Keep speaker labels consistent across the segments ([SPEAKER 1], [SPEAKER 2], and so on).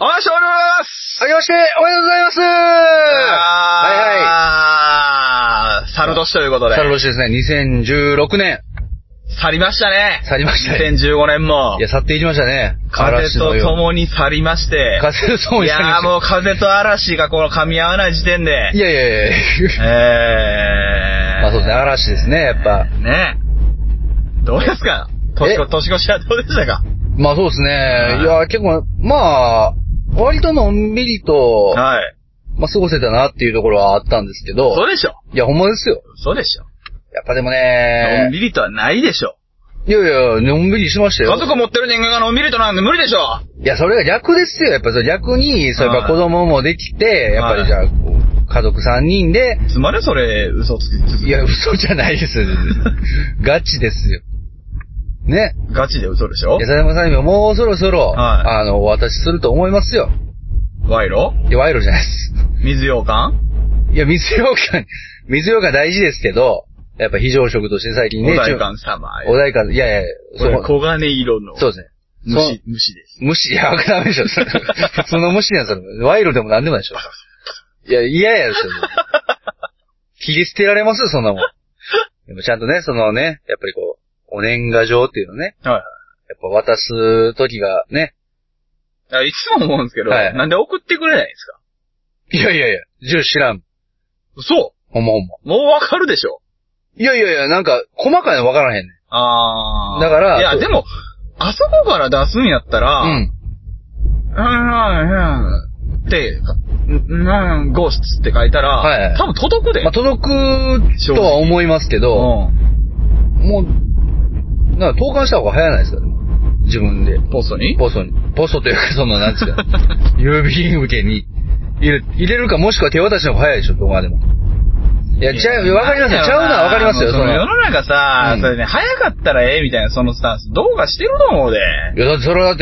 [SPEAKER 1] おはようございます。
[SPEAKER 2] あけまして、おめでとうございます。
[SPEAKER 1] はい。猿年ということで。
[SPEAKER 2] 猿年ですね、2016年。
[SPEAKER 1] 去りましたね。
[SPEAKER 2] 去りましたね。
[SPEAKER 1] 2015年も。
[SPEAKER 2] いや、去っていきましたね。
[SPEAKER 1] 風と共に去りまして。
[SPEAKER 2] 風と共に去りました。い
[SPEAKER 1] やもう風と嵐がこの噛み合わない時点で。
[SPEAKER 2] いや。まあそうですね、嵐ですね、やっぱ。
[SPEAKER 1] ね。どうですか？年越しはどうでしたか？
[SPEAKER 2] まあそうですね。いや、結構、まあ、割とのんびりと、
[SPEAKER 1] はい。
[SPEAKER 2] まあ過ごせたなっていうところはあったんですけど。
[SPEAKER 1] そうでしょ。
[SPEAKER 2] いや、ほんまですよ。
[SPEAKER 1] そうでしょ。
[SPEAKER 2] やっぱでもね、
[SPEAKER 1] のんびりとはないでしょ。
[SPEAKER 2] いや、のんびりしましたよ。
[SPEAKER 1] 家族持ってる人間がのんびりとなんで無理でしょ。
[SPEAKER 2] いや、それが逆ですよ。やっぱ逆に、それから子供もできて、やっぱりじゃあ、家族3人で。
[SPEAKER 1] つまりそれ、嘘つき続け。
[SPEAKER 2] いや、嘘じゃないです。ガチですよ。ね。
[SPEAKER 1] ガチで嘘でしょ。
[SPEAKER 2] 佐山さんにももうそろそろ、お渡しすると思いますよ。
[SPEAKER 1] 賄賂？
[SPEAKER 2] いや、賄賂じゃないです。
[SPEAKER 1] 水羊羹？
[SPEAKER 2] いや、水羊羹大事ですけど、やっぱ非常食として最近ね。
[SPEAKER 1] お代官様。
[SPEAKER 2] お代官、いや、
[SPEAKER 1] 黄金色の。
[SPEAKER 2] そうですね。
[SPEAKER 1] 虫です。
[SPEAKER 2] 虫、いや、ダメでしょ。普通の虫なんですよ。賄賂でもなんでもないでしょ。いや、嫌やですよ。切り捨てられますよ、そんなもん。でもちゃんとね、そのね、やっぱりこう、お年賀状っていうのね。はい。やっぱ渡す時がね。
[SPEAKER 1] いつも思うんですけど、なんで送ってくれないんですか？
[SPEAKER 2] いや、住所知らん。
[SPEAKER 1] 嘘？
[SPEAKER 2] ほんま。
[SPEAKER 1] もうわかるでしょ？
[SPEAKER 2] いや、なんか、細かいのわからへんねん。だから、
[SPEAKER 1] いや、でも、あそこから出すんやったら、って、ゴーストって書いたら、多分届くで。
[SPEAKER 2] まあ、届くとは思いますけど、もう、なんか投函した方が早ないですかね。自分で。
[SPEAKER 1] ポスト
[SPEAKER 2] というか、その、なんですか。郵便受けに入れるか、もしくは手渡しの方が早いでしょ、動画でも。いや、わかりますよ。ちゃうのはわかりますよ、
[SPEAKER 1] その世の中さ、それね、早かったらええみたいなそのスタンス、どうかしてると思うで。
[SPEAKER 2] いや、だってそれはだって、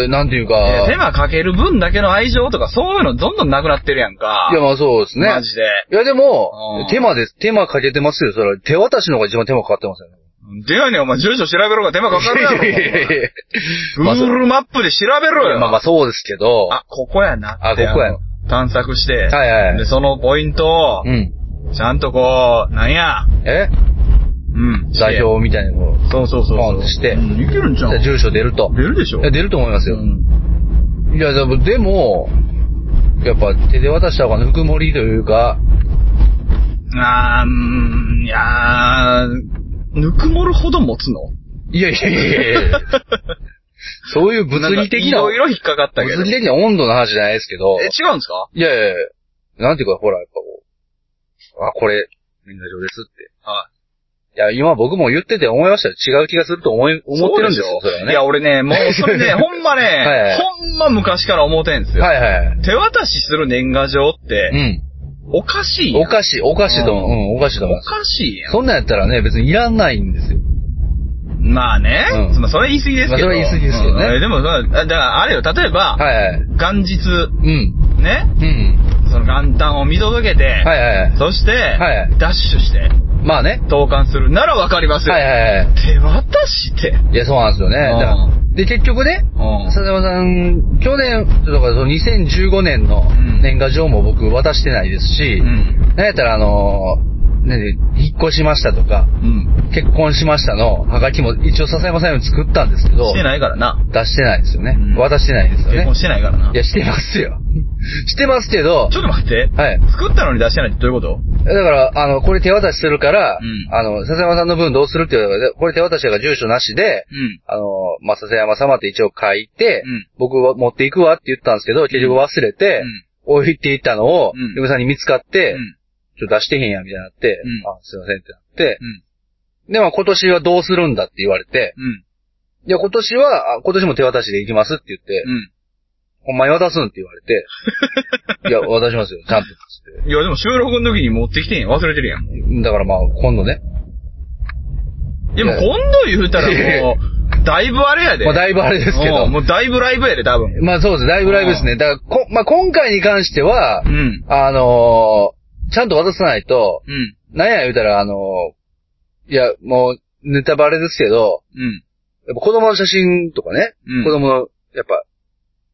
[SPEAKER 2] なんていうか。
[SPEAKER 1] 手間かける分だけの愛情とか、そういうのどんどんなくなってるやんか。
[SPEAKER 2] いや、まあそうですね。
[SPEAKER 1] マジで。
[SPEAKER 2] いや、でも、手間かけてますよ。それは手渡しの方が一番手間かかってますよね。
[SPEAKER 1] でやねん、お前住所調べろが手間かかるやろ。Google マップで調べろよ。
[SPEAKER 2] まあそうですけど。
[SPEAKER 1] ここやな。
[SPEAKER 2] ここやな。
[SPEAKER 1] 探索して。
[SPEAKER 2] で、
[SPEAKER 1] そのポイントを、ちゃんとこう、なんや。
[SPEAKER 2] 代表みたいなのを。
[SPEAKER 1] そう。
[SPEAKER 2] ポンってして。
[SPEAKER 1] いけるんちゃう？
[SPEAKER 2] 住所出ると。
[SPEAKER 1] 出るでしょ？
[SPEAKER 2] 出ると思いますよ。いや、でも、やっぱ手で渡した方がぬくもりというか。
[SPEAKER 1] いやぬくもるほど持つの？
[SPEAKER 2] いや。そういう物理的な。
[SPEAKER 1] いろいろ引っかかったけど。
[SPEAKER 2] 物理的な温度の話じゃないですけど。
[SPEAKER 1] 違うんですか？
[SPEAKER 2] いや。なんていうか、ほら、やっぱこう。これ、年賀状ですって。いや、今僕も言ってて思いましたよ。違う気がすると思ってるんですよ、それはね。
[SPEAKER 1] いや、俺ね、もうそれね、ほんまね、ほんま昔から思ってんですよ。手渡しする年賀状って、おかしいやん。
[SPEAKER 2] おかしいと思う。おかしい
[SPEAKER 1] やん。
[SPEAKER 2] そんなんやったらね、別にいらないんですよ。
[SPEAKER 1] まあね。それ言い過ぎですけど。
[SPEAKER 2] それは言い過ぎですけどね。
[SPEAKER 1] でも、だからあれよ、例えば、元日、ね。その元旦を見届けて、そして、ダッシュして、
[SPEAKER 2] まあね。
[SPEAKER 1] 投函するならわかりますよ。手渡しって。
[SPEAKER 2] いや、そうなんですよね。で、結局ね、笹山さん、去年、とか2015年の年賀状も僕渡してないですし、なんやったら引っ越しましたとか、結婚しましたのハガキも一応笹山さんより作ったんですけど、
[SPEAKER 1] してないからな。
[SPEAKER 2] 出してないですよね。渡してないですよね。
[SPEAKER 1] 結婚してないからな。
[SPEAKER 2] いや、してますよ。してますけど。
[SPEAKER 1] ちょっと待って。作ったのに出してないってどういうこと？
[SPEAKER 2] だから、これ手渡しするから、笹山さんの分どうするって言われたら、これ手渡しが住所なしで、まあ、笹山様って一応書いて、僕は持っていくわって言ったんですけど、結局忘れて、置いていったのを、嫁さんに見つかって、ちょっと出してへんや、みたいになって、すいませんってなって、で、まあ今年はどうするんだって言われて、いや今年も手渡しで行きますって言って、ほんまに渡すんって言われて、いや、渡しますよ、ちゃんとって。
[SPEAKER 1] いや、でも収録の時に持ってきてんやん、忘れてるやん。
[SPEAKER 2] だからまあ、今度ね。
[SPEAKER 1] でも今度言うたらもう、だいぶあれやで。
[SPEAKER 2] まあだいぶあれですけど。
[SPEAKER 1] もうだいぶライブやで、多分。
[SPEAKER 2] まあそうです、だいぶライブですね。だからまあ今回に関しては、ちゃんと渡さないと、なんや言うたらいや、もう、ネタバレですけど、やっぱ子供の写真とかね、子供の、やっぱ、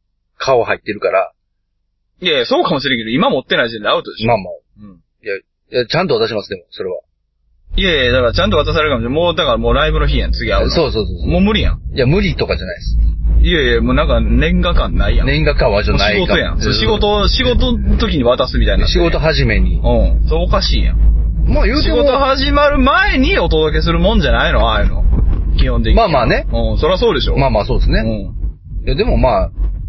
[SPEAKER 2] 顔入ってるから。
[SPEAKER 1] いやいや、そうかもしれんけど、今持ってない時点でアウトでしょ。
[SPEAKER 2] まあまあ。うん。いや、ちゃんと渡します、でも、それは。
[SPEAKER 1] いやいや、だからちゃんと渡されるかもしれん。もう、だからもうライブの日やん、次会うの。
[SPEAKER 2] そう。
[SPEAKER 1] もう無理やん。
[SPEAKER 2] いや、無理とかじゃないです。
[SPEAKER 1] いやいや、もうなんか年賀感ないやん。
[SPEAKER 2] 年賀感はじゃないか。
[SPEAKER 1] 仕事やん。仕事の時に渡すみたいな。
[SPEAKER 2] 仕事始めに。
[SPEAKER 1] うん。そうおかしいやん。
[SPEAKER 2] まあ言うても。
[SPEAKER 1] 仕事始まる前にお届けするもんじゃないのああいうの。基本的に。
[SPEAKER 2] まあまあね。
[SPEAKER 1] うん、そりゃそうでしょ。
[SPEAKER 2] まあまあそうですね。うん。いやでもまあ、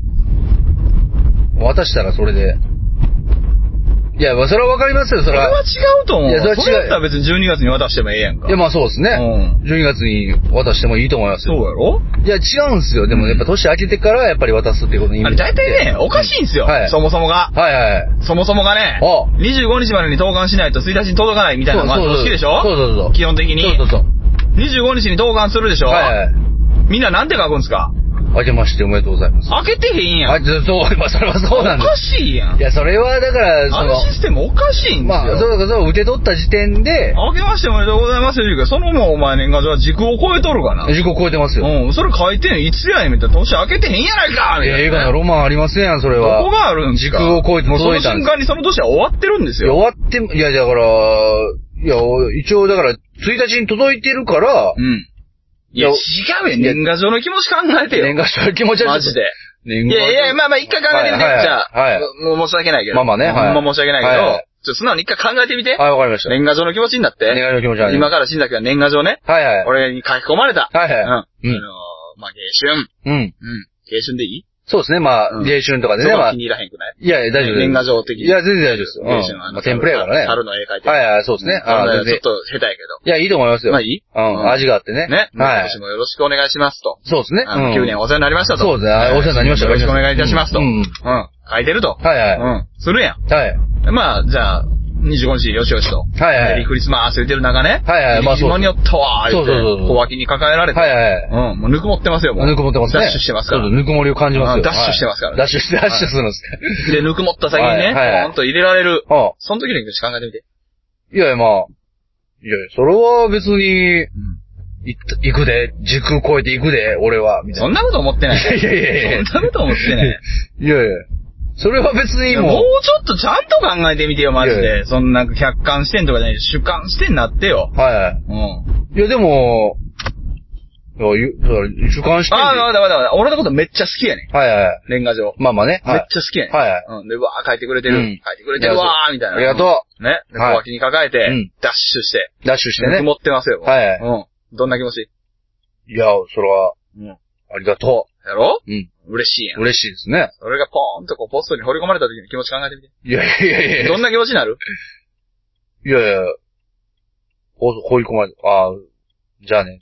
[SPEAKER 2] 渡したらそれで。いや、それはわかりますよ、それは。
[SPEAKER 1] それは違うと思う。いや、それは違う。それだったら別に12月に渡してもええやんか。
[SPEAKER 2] いや、まあそうですね。うん。12月に渡してもいいと思いますよ。
[SPEAKER 1] そうやろ？
[SPEAKER 2] いや、違うんすよ。でもやっぱ年明けてからやっぱり渡すっていうことに意味。
[SPEAKER 1] 大体ね、おかしいんすよ。はい。そもそもが。
[SPEAKER 2] はい。
[SPEAKER 1] そもそもがね。25日までに投函しないと1日に届かないみたいなのが好きでしょ？
[SPEAKER 2] そう。
[SPEAKER 1] 基本的に。
[SPEAKER 2] そう。
[SPEAKER 1] 25日に投函するでしょ？はい。みんななんて書くんすか？
[SPEAKER 2] 明けましておめでとうございます。
[SPEAKER 1] 開けてへんやん。
[SPEAKER 2] そう、それはそうなんです。
[SPEAKER 1] おかしいやん。
[SPEAKER 2] いや、それはだから、
[SPEAKER 1] あのシステムおかしいんですよ。
[SPEAKER 2] まあ、そう、受け取った時点で。
[SPEAKER 1] 開けましておめでとうございますよ。そのもお前年賀状は時空を超えとるかな。
[SPEAKER 2] 時空を超えてますよ。
[SPEAKER 1] うん、それ書いてんいつやねんみたいな。年開けてへんやないかみたいな。
[SPEAKER 2] 映画のロマンありませんやん、それは。
[SPEAKER 1] どこがあるんですか。
[SPEAKER 2] 時空を超えて届いたんです。
[SPEAKER 1] もうその瞬間にその年は終わってるんですよ。
[SPEAKER 2] 終わって、いや、だから、いや、一応だから、1日に届いてるから、
[SPEAKER 1] いや、違うよ。年賀状の気持ち考えてよ。
[SPEAKER 2] 年賀状の気持ちは
[SPEAKER 1] マジで。いや、まあ一回考えてみて。じゃあ、もう申し訳ないけど。
[SPEAKER 2] まあね。
[SPEAKER 1] ほんま申し訳ないけど、素直に一回考えてみて。
[SPEAKER 2] はい、わかりました。
[SPEAKER 1] 年賀状の気持ちになって。
[SPEAKER 2] 年賀状の気持ちは
[SPEAKER 1] 今から新崎が年賀状ね。俺に書き込まれた。まあ、迎春。迎春でいい？
[SPEAKER 2] そうですね、まあ、迎春とかでね。
[SPEAKER 1] まあ気に入らへんくない？
[SPEAKER 2] いや、大丈夫です。
[SPEAKER 1] 年賀状的に。
[SPEAKER 2] いや、全然大丈夫です。迎春まあ、テンプレやからね。
[SPEAKER 1] 春の絵描いて。
[SPEAKER 2] はい、そうですね。
[SPEAKER 1] ちょっと下手やけど。
[SPEAKER 2] いや、いいと思いますよ。
[SPEAKER 1] まあいい？
[SPEAKER 2] 味があってね。
[SPEAKER 1] ね。今年もよろしくお願いしますと。
[SPEAKER 2] そうですね。
[SPEAKER 1] 9年お世話になりましたと。
[SPEAKER 2] そうですね。お世話になりました。
[SPEAKER 1] よろしくお願いいたしますと。書いてると。するやん。まあ、じゃあ、25日よしよしと。メリークリスマス言ってる中ね。まあそう。間に合ったわー言って。小脇に抱えられて。もうぬくもってますよ、もう。
[SPEAKER 2] ぬくもってますね。
[SPEAKER 1] ダッシュしてますから。
[SPEAKER 2] ぬくもりを感じますよ。
[SPEAKER 1] ダッシュしてますから。
[SPEAKER 2] ダッシュするんです
[SPEAKER 1] で、ぬくもった先にね、ポンと入れられる。その時の気持ち考えてみて。
[SPEAKER 2] いや、まあ。いや、それは別に、行くで、時空超えて行くで、俺は、みたいな。
[SPEAKER 1] そんなこと思ってない。
[SPEAKER 2] いや。
[SPEAKER 1] そんなこと思ってない。
[SPEAKER 2] いや。それは別にもう。
[SPEAKER 1] もうちょっとちゃんと考えてみてよ、マジで。そんな客観視点とかじゃない、主観視点になってよ。
[SPEAKER 2] いや、でも、主観視点。
[SPEAKER 1] 俺のことめっちゃ好きやねん。年賀状。
[SPEAKER 2] まあまあね。
[SPEAKER 1] めっちゃ好きやねん。で、書いてくれてる。書いてくれてるわー、みたいな。
[SPEAKER 2] ありがとう。
[SPEAKER 1] ね。小脇に抱えて、ダッシュして。
[SPEAKER 2] ね。
[SPEAKER 1] 持ってますよ。どんな気持ち？
[SPEAKER 2] いや、それは、ありがと
[SPEAKER 1] う。やろ？嬉しいやん。
[SPEAKER 2] 嬉しいですね。
[SPEAKER 1] それがポーンとこうポストに掘り込まれた時の気持ち考えてみて。
[SPEAKER 2] いや。
[SPEAKER 1] どんな気持ちになる？
[SPEAKER 2] いや、掘り込まれた。じゃあね。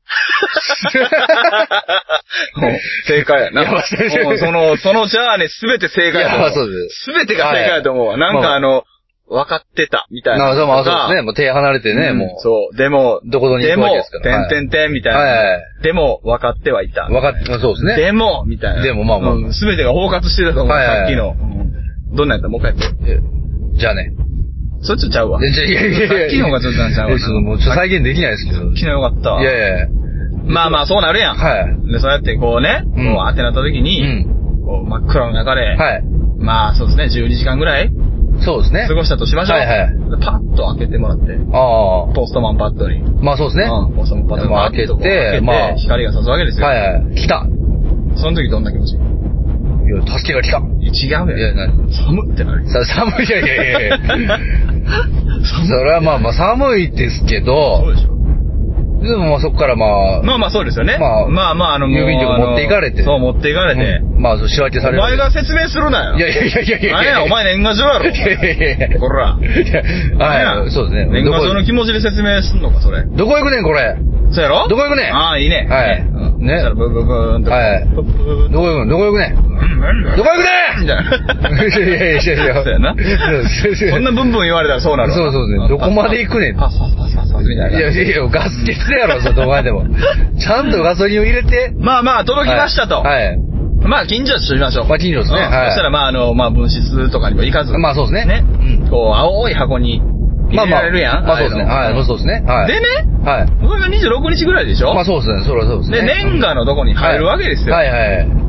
[SPEAKER 1] 正解やな。そのじゃあね、すべて正解やと思う。
[SPEAKER 2] そうです。
[SPEAKER 1] すべてが正解やと思うわ。なんか分かってた、みたいな。
[SPEAKER 2] そうですね。もう手離れてね、もう。
[SPEAKER 1] そう。でも、
[SPEAKER 2] どこに行くわけですから。
[SPEAKER 1] 点みたいな。でも、分かってはいた。
[SPEAKER 2] そうですね。
[SPEAKER 1] でも、みたいな。
[SPEAKER 2] でも、まあ。
[SPEAKER 1] すべてが包括してたと思う。さっきの。どんなんやったもう一回やって。
[SPEAKER 2] じゃあね。
[SPEAKER 1] そっちちゃうわ。
[SPEAKER 2] いや。
[SPEAKER 1] さっきの方がちょっとなんちゃうわ。
[SPEAKER 2] もう再現できないですけど。
[SPEAKER 1] 昨日よかったわ。
[SPEAKER 2] いや。
[SPEAKER 1] まあ、そうなるやん。で、そうやってこうね、こう当てなった時に、こう真っ暗の中で、まあ、そうですね、12時間ぐらい
[SPEAKER 2] そうですね。
[SPEAKER 1] 過ごしたとしましょう。パッと開けてもらって。ポストマンパッドに。
[SPEAKER 2] まあそうですね。
[SPEAKER 1] ポストマンパッドに開けて、光が差すわけですよ。
[SPEAKER 2] 来た。
[SPEAKER 1] その時どんな気持ち？い
[SPEAKER 2] や、助けが来た。
[SPEAKER 1] 違うよ。いや、寒ってなる。
[SPEAKER 2] 寒い、いや。それはまあ寒いですけど。
[SPEAKER 1] そうでしょ。
[SPEAKER 2] でもそこからま
[SPEAKER 1] あそうですよね。
[SPEAKER 2] まあ郵便局持っていかれて。
[SPEAKER 1] そう、持っていかれて。
[SPEAKER 2] 仕分けされる。
[SPEAKER 1] お前が説明するなよ。
[SPEAKER 2] いや。
[SPEAKER 1] 何や、お前年賀状やろ。いや。ほら。
[SPEAKER 2] そうですね。
[SPEAKER 1] 年賀状の気持ちで説明すんのか、それ。
[SPEAKER 2] どこ行くねん、これ。
[SPEAKER 1] そうやろ？
[SPEAKER 2] どこ行くねん。
[SPEAKER 1] いいね。
[SPEAKER 2] ね。
[SPEAKER 1] そしたらブーンと。
[SPEAKER 2] どこ行くねん。どこ行くねんみたいな。いや。
[SPEAKER 1] そうやな。そんなブンブン言われたらそうなる。
[SPEAKER 2] そうですね。どこまで行くねん。
[SPEAKER 1] パスみたいな。
[SPEAKER 2] いや、ガス欠やろ、どこまでも。ちゃんとガソリンを入れて。
[SPEAKER 1] まあ、届きましたと。まあ、近所としましょう。
[SPEAKER 2] 近所ですね。
[SPEAKER 1] そしたら、分室とかにも行かず。
[SPEAKER 2] まあ、そうですね。
[SPEAKER 1] こう、青い箱に入れられるやん。
[SPEAKER 2] そうですね。そうですね。
[SPEAKER 1] でね。これが26日ぐらいでしょ。
[SPEAKER 2] まあ、そうですね。それはそうですね。
[SPEAKER 1] で、年賀のとこに入るわけですよ。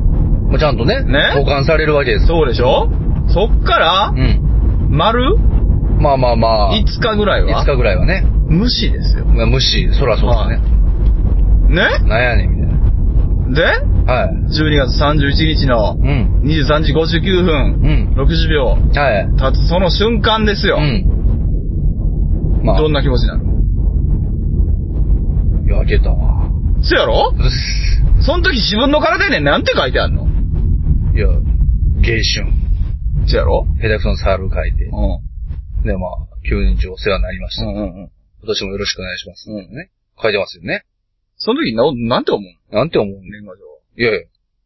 [SPEAKER 2] ちゃんとね、保管されるわけです。
[SPEAKER 1] そうでしょ？そっから、丸
[SPEAKER 2] まあ。
[SPEAKER 1] 5日ぐらいは
[SPEAKER 2] ?5 日ぐらいはね。
[SPEAKER 1] 無視ですよ。
[SPEAKER 2] 無視、そらそうですね。
[SPEAKER 1] ね？
[SPEAKER 2] なんやねん、みたいな。
[SPEAKER 1] で、はい。12月31日の23時59分、60秒、はい。経つその瞬間ですよ。まあ。どんな気持ちになる？
[SPEAKER 2] 焼けたわ。
[SPEAKER 1] そやろ？その時自分の体になんて書いてあんの？
[SPEAKER 2] いや、芸春。
[SPEAKER 1] そやろ？
[SPEAKER 2] 下手くその猿書いて。で、まあ、9年中お世話になりました。今年もよろしくお願いします。ね。書いてますよね。
[SPEAKER 1] その時なんて思う？
[SPEAKER 2] なんて思う？
[SPEAKER 1] 年賀状。
[SPEAKER 2] いやいや。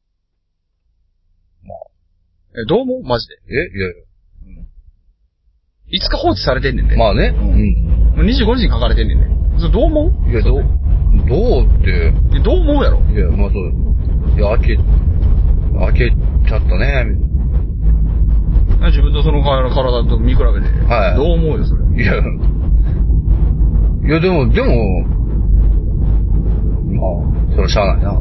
[SPEAKER 1] まあ。どう思う？マジで。
[SPEAKER 2] いやいや。
[SPEAKER 1] いつか放置されてんねんね。
[SPEAKER 2] まあね。
[SPEAKER 1] 25日に書かれてんねんね。それどう思う？
[SPEAKER 2] いや、どうって。
[SPEAKER 1] どう思うやろ？
[SPEAKER 2] いや、まあそう。いや、開けちゃったね、みたい
[SPEAKER 1] な。自分とその体と見比べて。はい。どう思うよ、それ。
[SPEAKER 2] いや、でも、まあ、それはしゃあないな。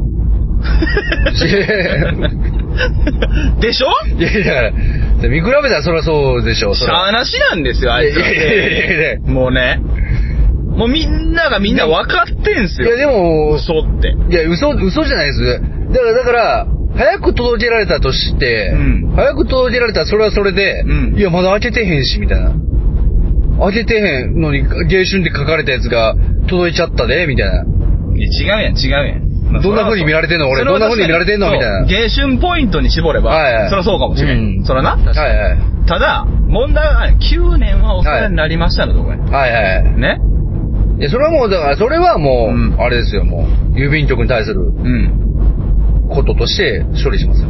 [SPEAKER 1] でしょ？
[SPEAKER 2] いや、だから、見比べたらそりゃそうでしょ。
[SPEAKER 1] しゃあなしなんですよ、あいつは。もうね。もうみんながみんな分かってんすよ。
[SPEAKER 2] いや、でも、
[SPEAKER 1] 嘘って。
[SPEAKER 2] いや、嘘じゃないです。だから、早く届けられたとして、早く届けられたらそれはそれで、いや、まだ開けてへんし、みたいな。開けてへんのに、芸春って書かれたやつが届いちゃったで、みたいな。
[SPEAKER 1] いや、違うやん。
[SPEAKER 2] どんな風に見られてんの俺、どんな風に見られてんのみたいな。
[SPEAKER 1] 芸春ポイントに絞れば、そりゃそうかもしれん。そりゃな。ただ、問題は9年はお世話になりましたのとこや。ね。
[SPEAKER 2] いや、それはもう、だから、それはもう、あれですよ、もう、郵便局に対する、こととして処理しますよ。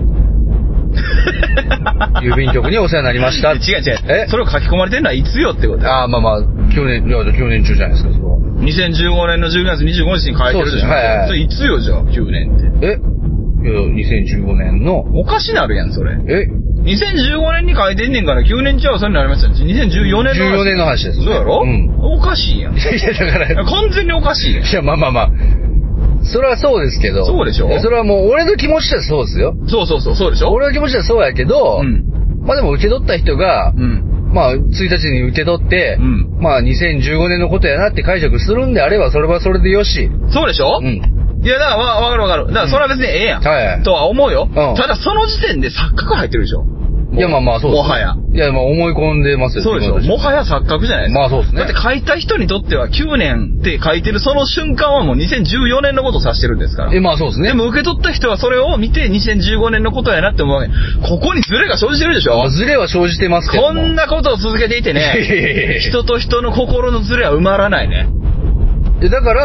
[SPEAKER 2] 郵便局にお世話になりました。
[SPEAKER 1] 違う。それを書き込まれてるのはいつよってこと
[SPEAKER 2] ああ、まあ、去年中じゃないですか、それは。
[SPEAKER 1] 2015年の10月25日に書いてるでしょ。それいつよ、じゃあ、9年って。
[SPEAKER 2] いや、2015年の。
[SPEAKER 1] おかしなるやん、それ。2015年に書いてんねんから9年ちゃうそれになりましたね。2014年の話。
[SPEAKER 2] 14年の話です。
[SPEAKER 1] そうやろ？おかしいやん。
[SPEAKER 2] いや、だから。
[SPEAKER 1] 完全におかしいやん。
[SPEAKER 2] いや、まあ。それはそうですけど。
[SPEAKER 1] そうでしょ？
[SPEAKER 2] それはもう俺の気持ちではそうですよ。
[SPEAKER 1] そうでしょ？
[SPEAKER 2] 俺の気持ちではそうやけど、まあでも受け取った人が、まあ1日に受け取って、まあ2015年のことやなって解釈するんであれば、それはそれでよし。
[SPEAKER 1] そうでしょ？いや、だからわかる。だからそれは別にええやん。とは思うよ。ただその時点で錯覚入ってるでしょ。
[SPEAKER 2] いや、まあそうです。
[SPEAKER 1] もはや。
[SPEAKER 2] いや、まあ思い込んでますよ。
[SPEAKER 1] そうでしょ。もはや錯覚じゃないですか。
[SPEAKER 2] まあそうですね。
[SPEAKER 1] だって書いた人にとっては9年って書いてるその瞬間はもう2014年のことを指してるんですから。
[SPEAKER 2] まあそうですね。
[SPEAKER 1] でも受け取った人はそれを見て2015年のことやなって思うわけ。ここにズレが生じてるでしょ？
[SPEAKER 2] ズレは生じてますけど。
[SPEAKER 1] こんなことを続けていてね、人と人の心のズレは埋まらないね。
[SPEAKER 2] だから、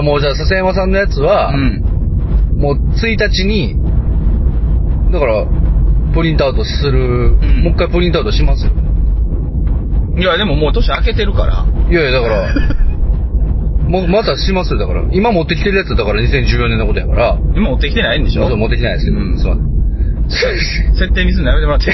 [SPEAKER 2] もうじゃあ笹山さんのやつは、もう1日に、だから、プリントアウトする、もう一回プリントアウトしますよ。
[SPEAKER 1] いや、でももう年明けてるから。
[SPEAKER 2] いや、だから、もうまたしますよ、だから。今持ってきてるやつだから2014年のことやから。
[SPEAKER 1] 今持ってきてないんでしょ？
[SPEAKER 2] そう、持ってきてないですけど、すいません。
[SPEAKER 1] 設定ミスるのやめてもらって。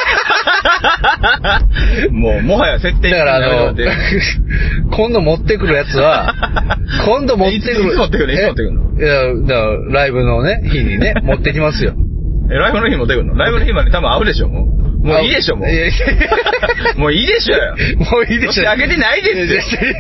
[SPEAKER 1] もはや設定ミスるのやめてもらって。
[SPEAKER 2] 今度持ってくるやつは、
[SPEAKER 1] いつ持ってくるの？
[SPEAKER 2] いや、だからライブのね、日にね、持ってきますよ。
[SPEAKER 1] ライブの日持ってくるの？ライブの日まで多分会うでしょ、もういいでしょ、もう。もういいでしょよ。
[SPEAKER 2] もういいでしょ。
[SPEAKER 1] 年明けてないですよ。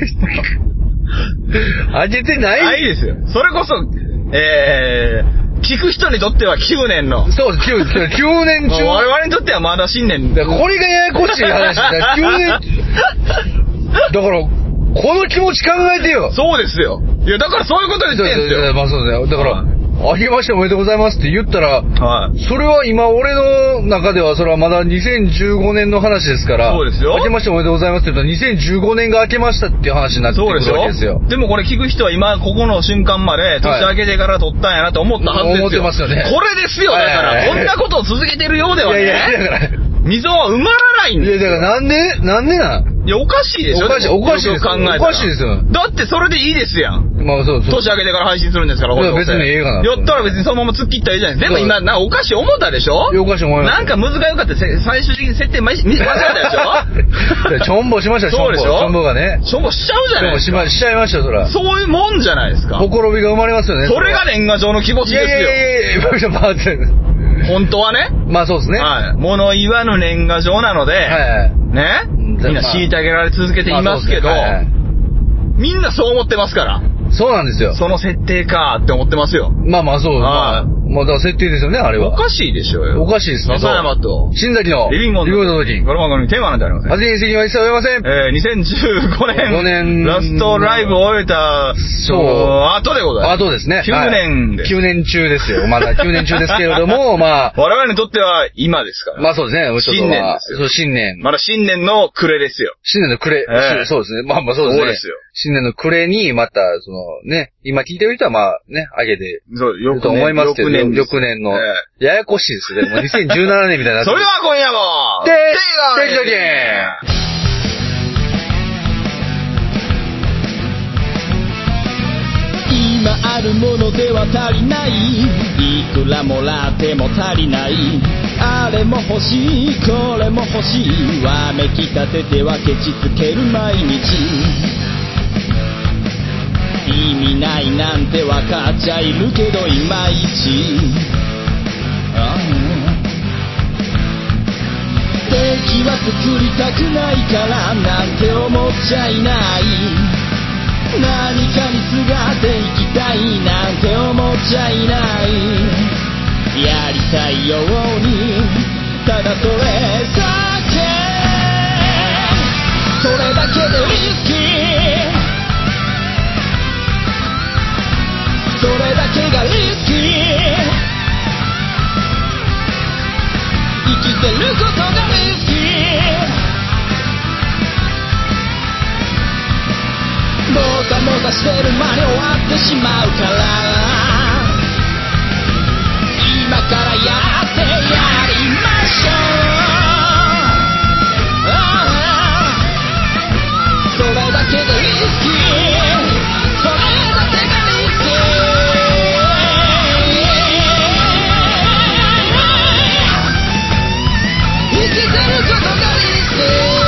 [SPEAKER 2] 明けてない？
[SPEAKER 1] ないですよ。それこそ、聞く人にとっては9年の。
[SPEAKER 2] そうです、9年中。
[SPEAKER 1] 我々にとってはまだ新年。
[SPEAKER 2] これがややこしい話だ。9年。だから、この気持ち考えてよ。
[SPEAKER 1] そうですよ。いや、だからそういうこと言ってんすよ。
[SPEAKER 2] まあそうですね。だから、明けましておめでとうございますって言ったら、それは今俺の中ではそれはまだ2015年の話ですから、
[SPEAKER 1] そうですよ。
[SPEAKER 2] 明けましておめでとうございますって言ったら2015年が明けましたっていう話になってくるわけですよ。
[SPEAKER 1] でもこれ聞く人は今ここの瞬間まで年明けてから撮ったんやなと思ったはずですよ。
[SPEAKER 2] 思ってますよね。
[SPEAKER 1] これですよ、だからこんなことを続けてるようではね。いやだから溝は埋まらないんですよ。
[SPEAKER 2] いやだからなんで
[SPEAKER 1] いや、おかしいでしょ。
[SPEAKER 2] おかしいです。
[SPEAKER 1] 考えたら。
[SPEAKER 2] おかしいですよ。
[SPEAKER 1] だってそれでいいですやん。
[SPEAKER 2] まあそう。
[SPEAKER 1] 年明けてから配信するんですから、
[SPEAKER 2] いや別に映画なん
[SPEAKER 1] やったら別にそのまま突っ切ったらいいじゃないですか。でも今、おかしい思ったでしょ？
[SPEAKER 2] いや、おかしい思いま
[SPEAKER 1] な
[SPEAKER 2] した。
[SPEAKER 1] んか難しかった最終的に設定間違えたでしょ？
[SPEAKER 2] ちょんぼしましたよ、
[SPEAKER 1] そうでしょ？
[SPEAKER 2] ちょんぼがね。
[SPEAKER 1] ちょんぼしちゃうじゃないですか。
[SPEAKER 2] しちゃいましたよ、そら。
[SPEAKER 1] そういうもんじゃないですか。
[SPEAKER 2] ほころびが生まれますよね。
[SPEAKER 1] それが年賀状の気持ちですよ。
[SPEAKER 2] いや、
[SPEAKER 1] 本当はね。
[SPEAKER 2] まあそうですね。
[SPEAKER 1] はい。物言わぬ年賀状なので、ね。みんな虐げられ続けていますけど、みんなそう思ってますから。
[SPEAKER 2] そうなんですよ。
[SPEAKER 1] その設定かって思ってますよ。
[SPEAKER 2] まあそう。まあだから設定ですよね、あれは。
[SPEAKER 1] おかしいでしょうよ。
[SPEAKER 2] おかしいですね。
[SPEAKER 1] 笹山と、
[SPEAKER 2] 新崎の、
[SPEAKER 1] リビングオンの時。この番組にテーマなんてありません。
[SPEAKER 2] 発言責任は一切及びません。
[SPEAKER 1] 2015年。ラストライブを終えた、後でございます。
[SPEAKER 2] 後ですね。
[SPEAKER 1] 9年で。
[SPEAKER 2] 9年中ですよ。まだ9年中ですけれども、まあ。
[SPEAKER 1] 我々にとっては今ですから。
[SPEAKER 2] まあそうですね。
[SPEAKER 1] 新年ですよ。
[SPEAKER 2] 新年。
[SPEAKER 1] まだ新年の暮れですよ。
[SPEAKER 2] 新年の暮れ。そうですね。まあそうですね。そうですよ。新年の暮れに、また、今聞いてる人はまあね、あげてると思いますけど、翌年の。ややこしいですね。もう2017年みたいな。
[SPEAKER 1] それでは今夜も、
[SPEAKER 2] 定期だけ
[SPEAKER 3] 今あるものでは足りない、いくらもらっても足りない、あれも欲しいこれも欲しい、わめきたててはケチつける毎日、意味ないなんてわかっちゃいるけどいまいち、敵は作りたくないからなんて思っちゃいない、何かにすがっていきたいなんて思っちゃいない、やりたいようにただそれだけ、それだけでリスキー、それだけがリスキー、生きてることがリスキー、もたもたしてる間に終わってしまうから、今からやってやりましょう、それだけでリスキー、それだけがリスキー、生きてることがリスキー、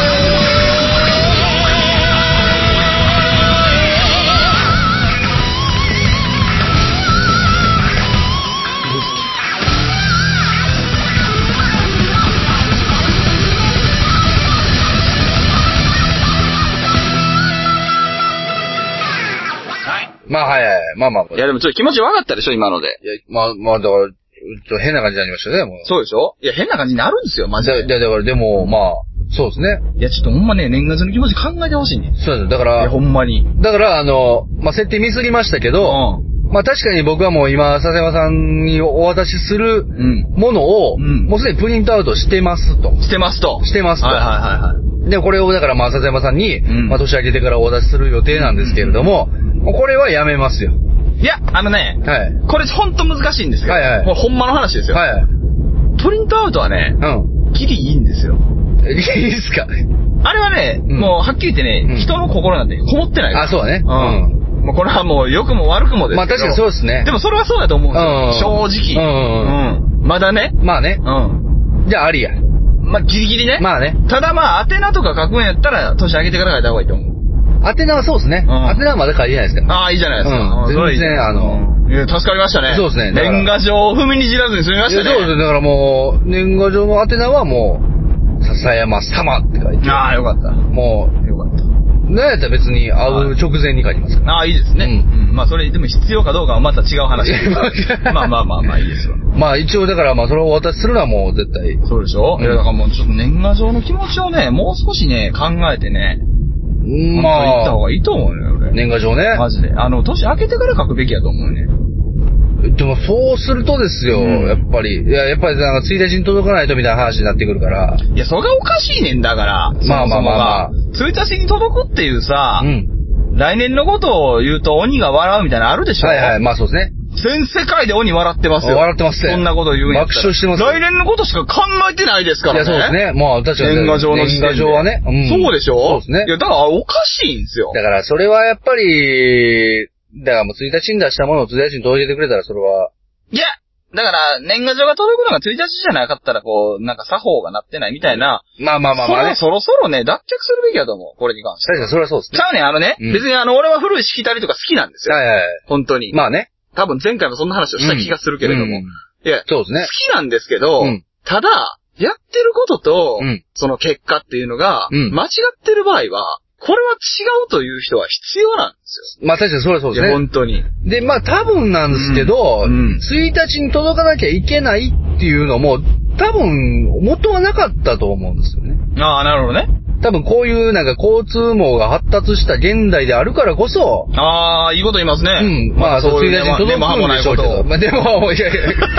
[SPEAKER 2] まあはい。まあ。
[SPEAKER 1] いやでもちょっと気持ち分かったでしょ、今ので。
[SPEAKER 2] いや、まあだから、ちょっと変な感じになりましたね、もう。
[SPEAKER 1] そうでしょ？いや、変な感じになるんですよ、マジで。
[SPEAKER 2] だから、でも、まあ、そうですね。
[SPEAKER 1] いや、ちょっとほんまね、年賀状の気持ち考えてほしいね。
[SPEAKER 2] そうです。だから、
[SPEAKER 1] いや、ほんまに。
[SPEAKER 2] だから、まあ、設定ミスりましたけど、まあ確かに僕はもう今、笹山さんにお渡しするものを、もうすでにプリントアウトしてますと。
[SPEAKER 1] してますと。
[SPEAKER 2] はい。で、これをだからまあ笹山さんに、まあ年明けてからお渡しする予定なんですけれども、これはやめますよ。
[SPEAKER 1] いや、これほんと難しいんですよ。これほんまの話ですよ。プリントアウトはね、ギリいいんですよ。
[SPEAKER 2] いいっすか？
[SPEAKER 1] あれはね、もうはっきり言ってね、人の心なんてこもってないから。
[SPEAKER 2] あ、そうだね。
[SPEAKER 1] もうこれはもう良くも悪くもですけど。
[SPEAKER 2] まあ確かにそうですね。
[SPEAKER 1] でもそれはそうだと思うんですよ。正直。まだね。
[SPEAKER 2] まあね。じゃあありや。
[SPEAKER 1] まあギリギリね。
[SPEAKER 2] まあね。
[SPEAKER 1] ただまあ宛名とか書くんやったら年明けてから書いた方がいいと思う。
[SPEAKER 2] 宛名はそうですね。宛名はまだ書いてないですから。
[SPEAKER 1] ああ、いいじゃないですか。
[SPEAKER 2] 全然
[SPEAKER 1] いや、助かりましたね。
[SPEAKER 2] そうですね。
[SPEAKER 1] 年賀状を踏みにじらずに済みましたね。
[SPEAKER 2] そうですね。だからもう、年賀状の宛名はもう、笹山様って書いて。
[SPEAKER 1] ああ、よかった。
[SPEAKER 2] もう、よかった。なんやったら別に会う直前に書きますから。
[SPEAKER 1] ああ、いいですね。まあそれでも必要かどうかはまた違う話。まあいいですわ。
[SPEAKER 2] まあ一応だからまあそれをお渡しするのはもう絶対。
[SPEAKER 1] そうでしょ？いやだからもうちょっと年賀状の気持ちをね、もう少しね、考えてね。まあ。言った方がいいと思うよ、俺。
[SPEAKER 2] 年賀状ね。
[SPEAKER 1] マジで。年明けてから書くべきやと思うね。
[SPEAKER 2] でもそうするとですよ、やっぱり。いや、やっぱりなんか1日に届かないとみたいな話になってくるから。
[SPEAKER 1] いや、それがおかしいねんだから。
[SPEAKER 2] まあ。
[SPEAKER 1] 1日に届くっていうさ、来年のことを言うと鬼が笑うみたいなのあるでしょ？
[SPEAKER 2] はい、まあそうですね。
[SPEAKER 1] 全世界で鬼笑ってますよ。
[SPEAKER 2] 笑ってますね。
[SPEAKER 1] そんなこと言うんやったら。
[SPEAKER 2] 爆笑してます。
[SPEAKER 1] 来年のことしか考えてないですからね。
[SPEAKER 2] いや、そうですね。まあ確かに。
[SPEAKER 1] 年賀状の時点で。
[SPEAKER 2] 年賀状はね。
[SPEAKER 1] そうでしょ？
[SPEAKER 2] そうですね。
[SPEAKER 1] いや、だからおかしいんですよ。
[SPEAKER 2] だからそれはやっぱり、だからもう1日に出したものを1日に届けてくれたらそれは。
[SPEAKER 1] いや、だから年賀状が届くのが1日じゃなかったらなんか作法がなってないみたいな。
[SPEAKER 2] まあね。
[SPEAKER 1] そろそろね、脱却するべきだと思う。これに関して。
[SPEAKER 2] 確かにそれはそうですね。
[SPEAKER 1] ちゃうね、別に俺は古いしきたりとか好きなんですよ。
[SPEAKER 2] はい。
[SPEAKER 1] 本当に。
[SPEAKER 2] まあね。
[SPEAKER 1] 多分前回もそんな話をした気がするけれども。 いや、
[SPEAKER 2] そうですね。
[SPEAKER 1] 好きなんですけど、ただ、やってることと、その結果っていうのが、間違ってる場合は、これは違うという人は必要なんです
[SPEAKER 2] よ。まあ確かにそれはそうですね。
[SPEAKER 1] 本当に。
[SPEAKER 2] で、まあ多分なんですけど、1日に届かなきゃいけないっていうのも、多分元はなかったと思うんですよね。
[SPEAKER 1] ああ、なるほどね。
[SPEAKER 2] 多分こういうなんか交通網が発達した現代であるからこそ。
[SPEAKER 1] ああ、いいこと言いますね。
[SPEAKER 2] まあそういう1日に届くんでしょうけど。まあでも、いや。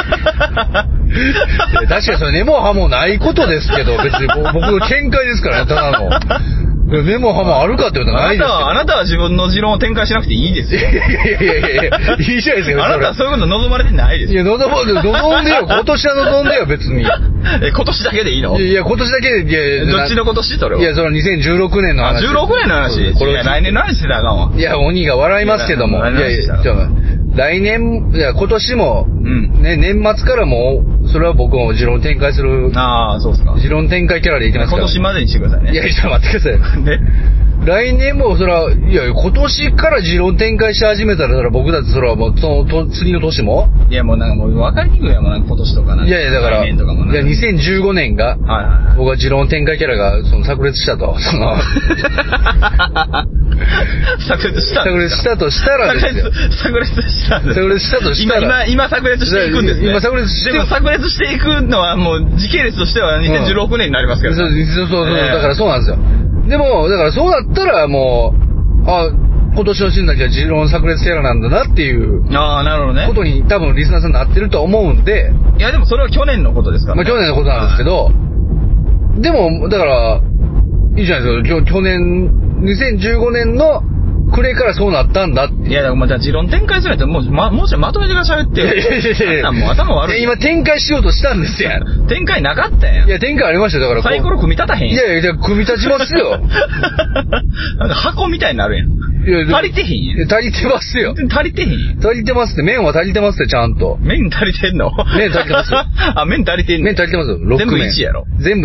[SPEAKER 2] 確かにそれ根も葉もないことですけど、別に僕の見解ですからね、ただの。根も葉もあるかってことはないですよ。
[SPEAKER 1] あなたは自分の持論を展開しなくていいですよ。
[SPEAKER 2] いや、いいじゃないですか。
[SPEAKER 1] あなたはそういうこと望まれてないですよ。
[SPEAKER 2] いや、望んでよ。今年は望んでよ、別に。
[SPEAKER 1] 今年だけでいいの？
[SPEAKER 2] いや、今年だけで、
[SPEAKER 1] どっちの今年それは。
[SPEAKER 2] いや、その2016年の話。
[SPEAKER 1] 16年の話。これ来年の話してたらあかんわ。
[SPEAKER 2] いや、鬼が笑いますけども。いや、来年、いや、今年も、ね、年末からも、それは僕も持論展開する。
[SPEAKER 1] ああ、そうですか。
[SPEAKER 2] 持論展開キャラでいきますから。
[SPEAKER 1] 今年までにしてくださいね。
[SPEAKER 2] いや、ちょっと待ってください。ね。来年も、それは、いや、今年から持論展開し始めたら、それは僕だってそれはもう、次の年も
[SPEAKER 1] いや、もうなんかもう分かりにくいやもん、今年とかなんか。
[SPEAKER 2] いや、だから、いや、2015年が、僕は持論展開キャラが、炸裂したと。
[SPEAKER 1] 炸裂した
[SPEAKER 2] としたらですよ。
[SPEAKER 1] 炸裂したんです。
[SPEAKER 2] 炸裂したとしたら。
[SPEAKER 1] 今炸裂していくんですね。
[SPEAKER 2] 今炸裂して
[SPEAKER 1] でも炸裂していくのはもう時系列としては2016年になりますけど、
[SPEAKER 2] そう、だからそうなんですよ。でも、だからそうだったらもう、今年の新だけは持論炸裂キャラなんだなっていう。
[SPEAKER 1] ああ、なるほどね。
[SPEAKER 2] ことに多分リスナーさんなってると思うんで。
[SPEAKER 1] いやでもそれは去年のことですからね。
[SPEAKER 2] まあ去年のことなんですけど、でも、だから、いいじゃないですか。去年、2015年の暮れからそうなったんだって。
[SPEAKER 1] いや、だからまた持論展開するともうちょいまとめてから喋ってよ。
[SPEAKER 2] いや、
[SPEAKER 1] もう頭悪い。
[SPEAKER 2] 今展開しようとしたんですよ。
[SPEAKER 1] 展開なかったやん。
[SPEAKER 2] いや、展開ありましたよ。だから。
[SPEAKER 1] サイコロ組み立たへんやん。
[SPEAKER 2] いや、組み立ちますよ。
[SPEAKER 1] なんか箱みたいになるやん。いや、足りてへんやん。
[SPEAKER 2] 足りてますよ。
[SPEAKER 1] 足りてへんやん。
[SPEAKER 2] 足りてますって、麺は足りてますって、ちゃんと。
[SPEAKER 1] 麺足りてんの？
[SPEAKER 2] 麺足りてますよ。
[SPEAKER 1] あ、麺足りてんの？
[SPEAKER 2] 麺足りてますよ。6麺。
[SPEAKER 1] 全部1やろ？
[SPEAKER 2] 全部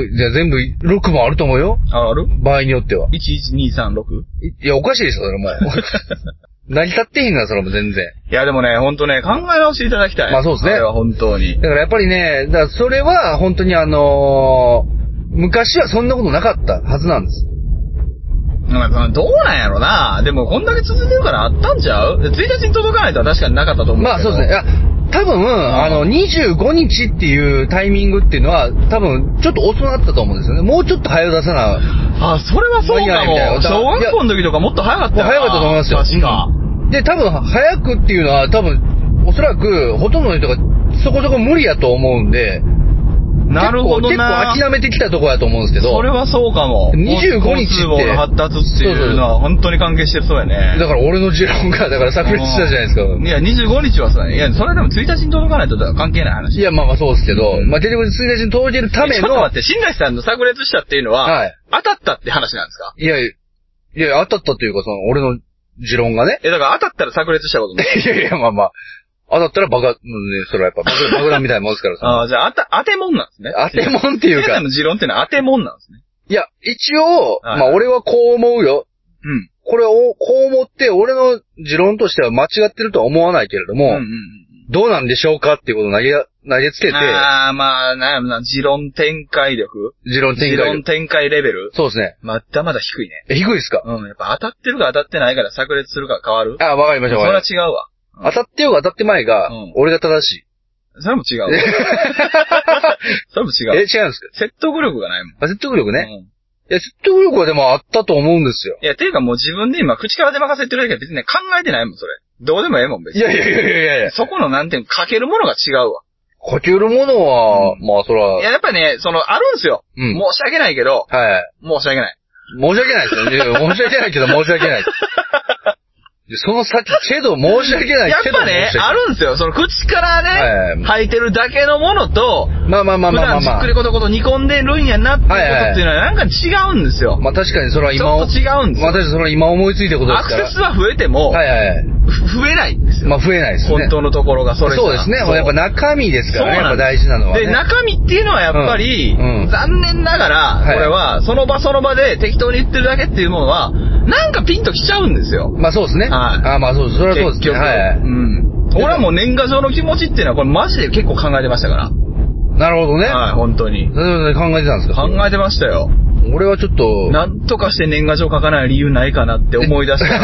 [SPEAKER 2] 6もあると思うよ。
[SPEAKER 1] ある？
[SPEAKER 2] 場合によっては。
[SPEAKER 1] 1、1、2、3、6?
[SPEAKER 2] いや、おかしいでしょ、それもう。成り立ってへんが、それも全然。
[SPEAKER 1] いや、でもね、ほんとね、考え直していただきたい。
[SPEAKER 2] まあそうですね。
[SPEAKER 1] それは本当に。
[SPEAKER 2] だからやっぱりね、それは本当に昔はそんなことなかったはずなんです。
[SPEAKER 1] どうなんやろな。でもこんだけ続いてるからあったんちゃう？ 1 日に届かないとは確かになかったと思うけど。
[SPEAKER 2] まあそうですね。いや、多分、25日っていうタイミングっていうのは、多分、ちょっと遅なったと思うんですよね。もうちょっと早出さな。
[SPEAKER 1] あ、それはそうかも。小学校の時とかもっと早かったよな。
[SPEAKER 2] 早かったと思いますよ。
[SPEAKER 1] 確か。
[SPEAKER 2] で、多分、早くっていうのは、多分、おそらく、ほとんどの人がそこそこ無理やと思うんで、
[SPEAKER 1] なるほどな。
[SPEAKER 2] 結構諦めてきたところやと思うんですけど。
[SPEAKER 1] それはそうかも。
[SPEAKER 2] 25日って。
[SPEAKER 1] 交通網の発達っていうのは本当に関係してるそうやね。
[SPEAKER 2] だから俺の持論が、だから炸裂したじゃないですか。
[SPEAKER 1] いや、25日はそうやね。いや、それでも1日に届かないと関係ない話。
[SPEAKER 2] いや、まあそうですけど、まあ結局1日に届けるための。
[SPEAKER 1] ちょっと待って、新来さんの炸裂したっていうのは、はい、当たったって話なんですか？
[SPEAKER 2] いや、当たったというか、俺の持論がね。
[SPEAKER 1] だから当たったら炸裂したことない。
[SPEAKER 2] いや、まあ。当たったらそれはやっぱ爆弾みたいなもんですからさ。
[SPEAKER 1] ああ、じゃあ当てもんなんですね。
[SPEAKER 2] 当てもんっていうか。
[SPEAKER 1] 新来さんの持論ってのは当てもんなんですね。
[SPEAKER 2] いや、一応、はい、まあ俺はこう思うよ。うん。これを、こう思って、俺の持論としては間違ってるとは思わないけれども、どうなんでしょうかっていうことを投げつけて。
[SPEAKER 1] ああ、まあ、なんやろな、持論展開力？持論展開レベル？
[SPEAKER 2] そうですね。
[SPEAKER 1] まだまだ低いね。
[SPEAKER 2] 低いですか？
[SPEAKER 1] うん、やっぱ当たってるか当たってないから炸裂するか変わる？
[SPEAKER 2] ああ、わかりました。
[SPEAKER 1] それは違うわ。
[SPEAKER 2] 当たってようが当たってまいが、俺が正しい。
[SPEAKER 1] それも違う。それも違う。
[SPEAKER 2] 違うんですか？
[SPEAKER 1] 説得力がないもん。
[SPEAKER 2] 説得力ね。いや、説得力はでもあったと思うんですよ。
[SPEAKER 1] いや、ていうかもう自分で今口から出任せてるだけで別にね、考えてないもん、それ。どうでもええもん、別に。
[SPEAKER 2] いや。
[SPEAKER 1] そこのなんていうの、かけるものが違うわ。
[SPEAKER 2] かけるものは、まあそら。
[SPEAKER 1] いや、やっぱね、あるんすよ。申し訳ないけど。
[SPEAKER 2] はい。
[SPEAKER 1] 申し訳ない。
[SPEAKER 2] 申し訳ないですよ。申し訳ないけど申し訳ない。その先、けど申し訳ないけど。
[SPEAKER 1] やっぱね、あるんですよ。口からね、吐いてるだけのものと、
[SPEAKER 2] まあ。
[SPEAKER 1] 普段じっくりこと煮込んでるんやなっていうことっていうのはなんか違うんですよ。
[SPEAKER 2] まあ確かにそれは今。
[SPEAKER 1] ちょっと違うんですよ。
[SPEAKER 2] 私それは今思いついたことですから。
[SPEAKER 1] アクセスは増えても、増えないんですよ。
[SPEAKER 2] まあ増えないですね。
[SPEAKER 1] 本当のところがそれ
[SPEAKER 2] そうですね。やっぱ中身ですからね、やっぱ大事なのは。
[SPEAKER 1] で、中身っていうのはやっぱり、残念ながら、これは、その場その場で適当に言ってるだけっていうものは、なんかピンときちゃうんですよ。
[SPEAKER 2] まあそうですね。
[SPEAKER 1] はい。
[SPEAKER 2] まあそうです。それはそうですね。はい。
[SPEAKER 1] 俺はもう年賀状の気持ちっていうのは、これマジで結構考えてましたから。
[SPEAKER 2] なるほどね。
[SPEAKER 1] はい、本当に。
[SPEAKER 2] 考えてたんですか？
[SPEAKER 1] 考えてましたよ。
[SPEAKER 2] 俺はちょっと。
[SPEAKER 1] なんとかして年賀状書かない理由ないかなって思い出した。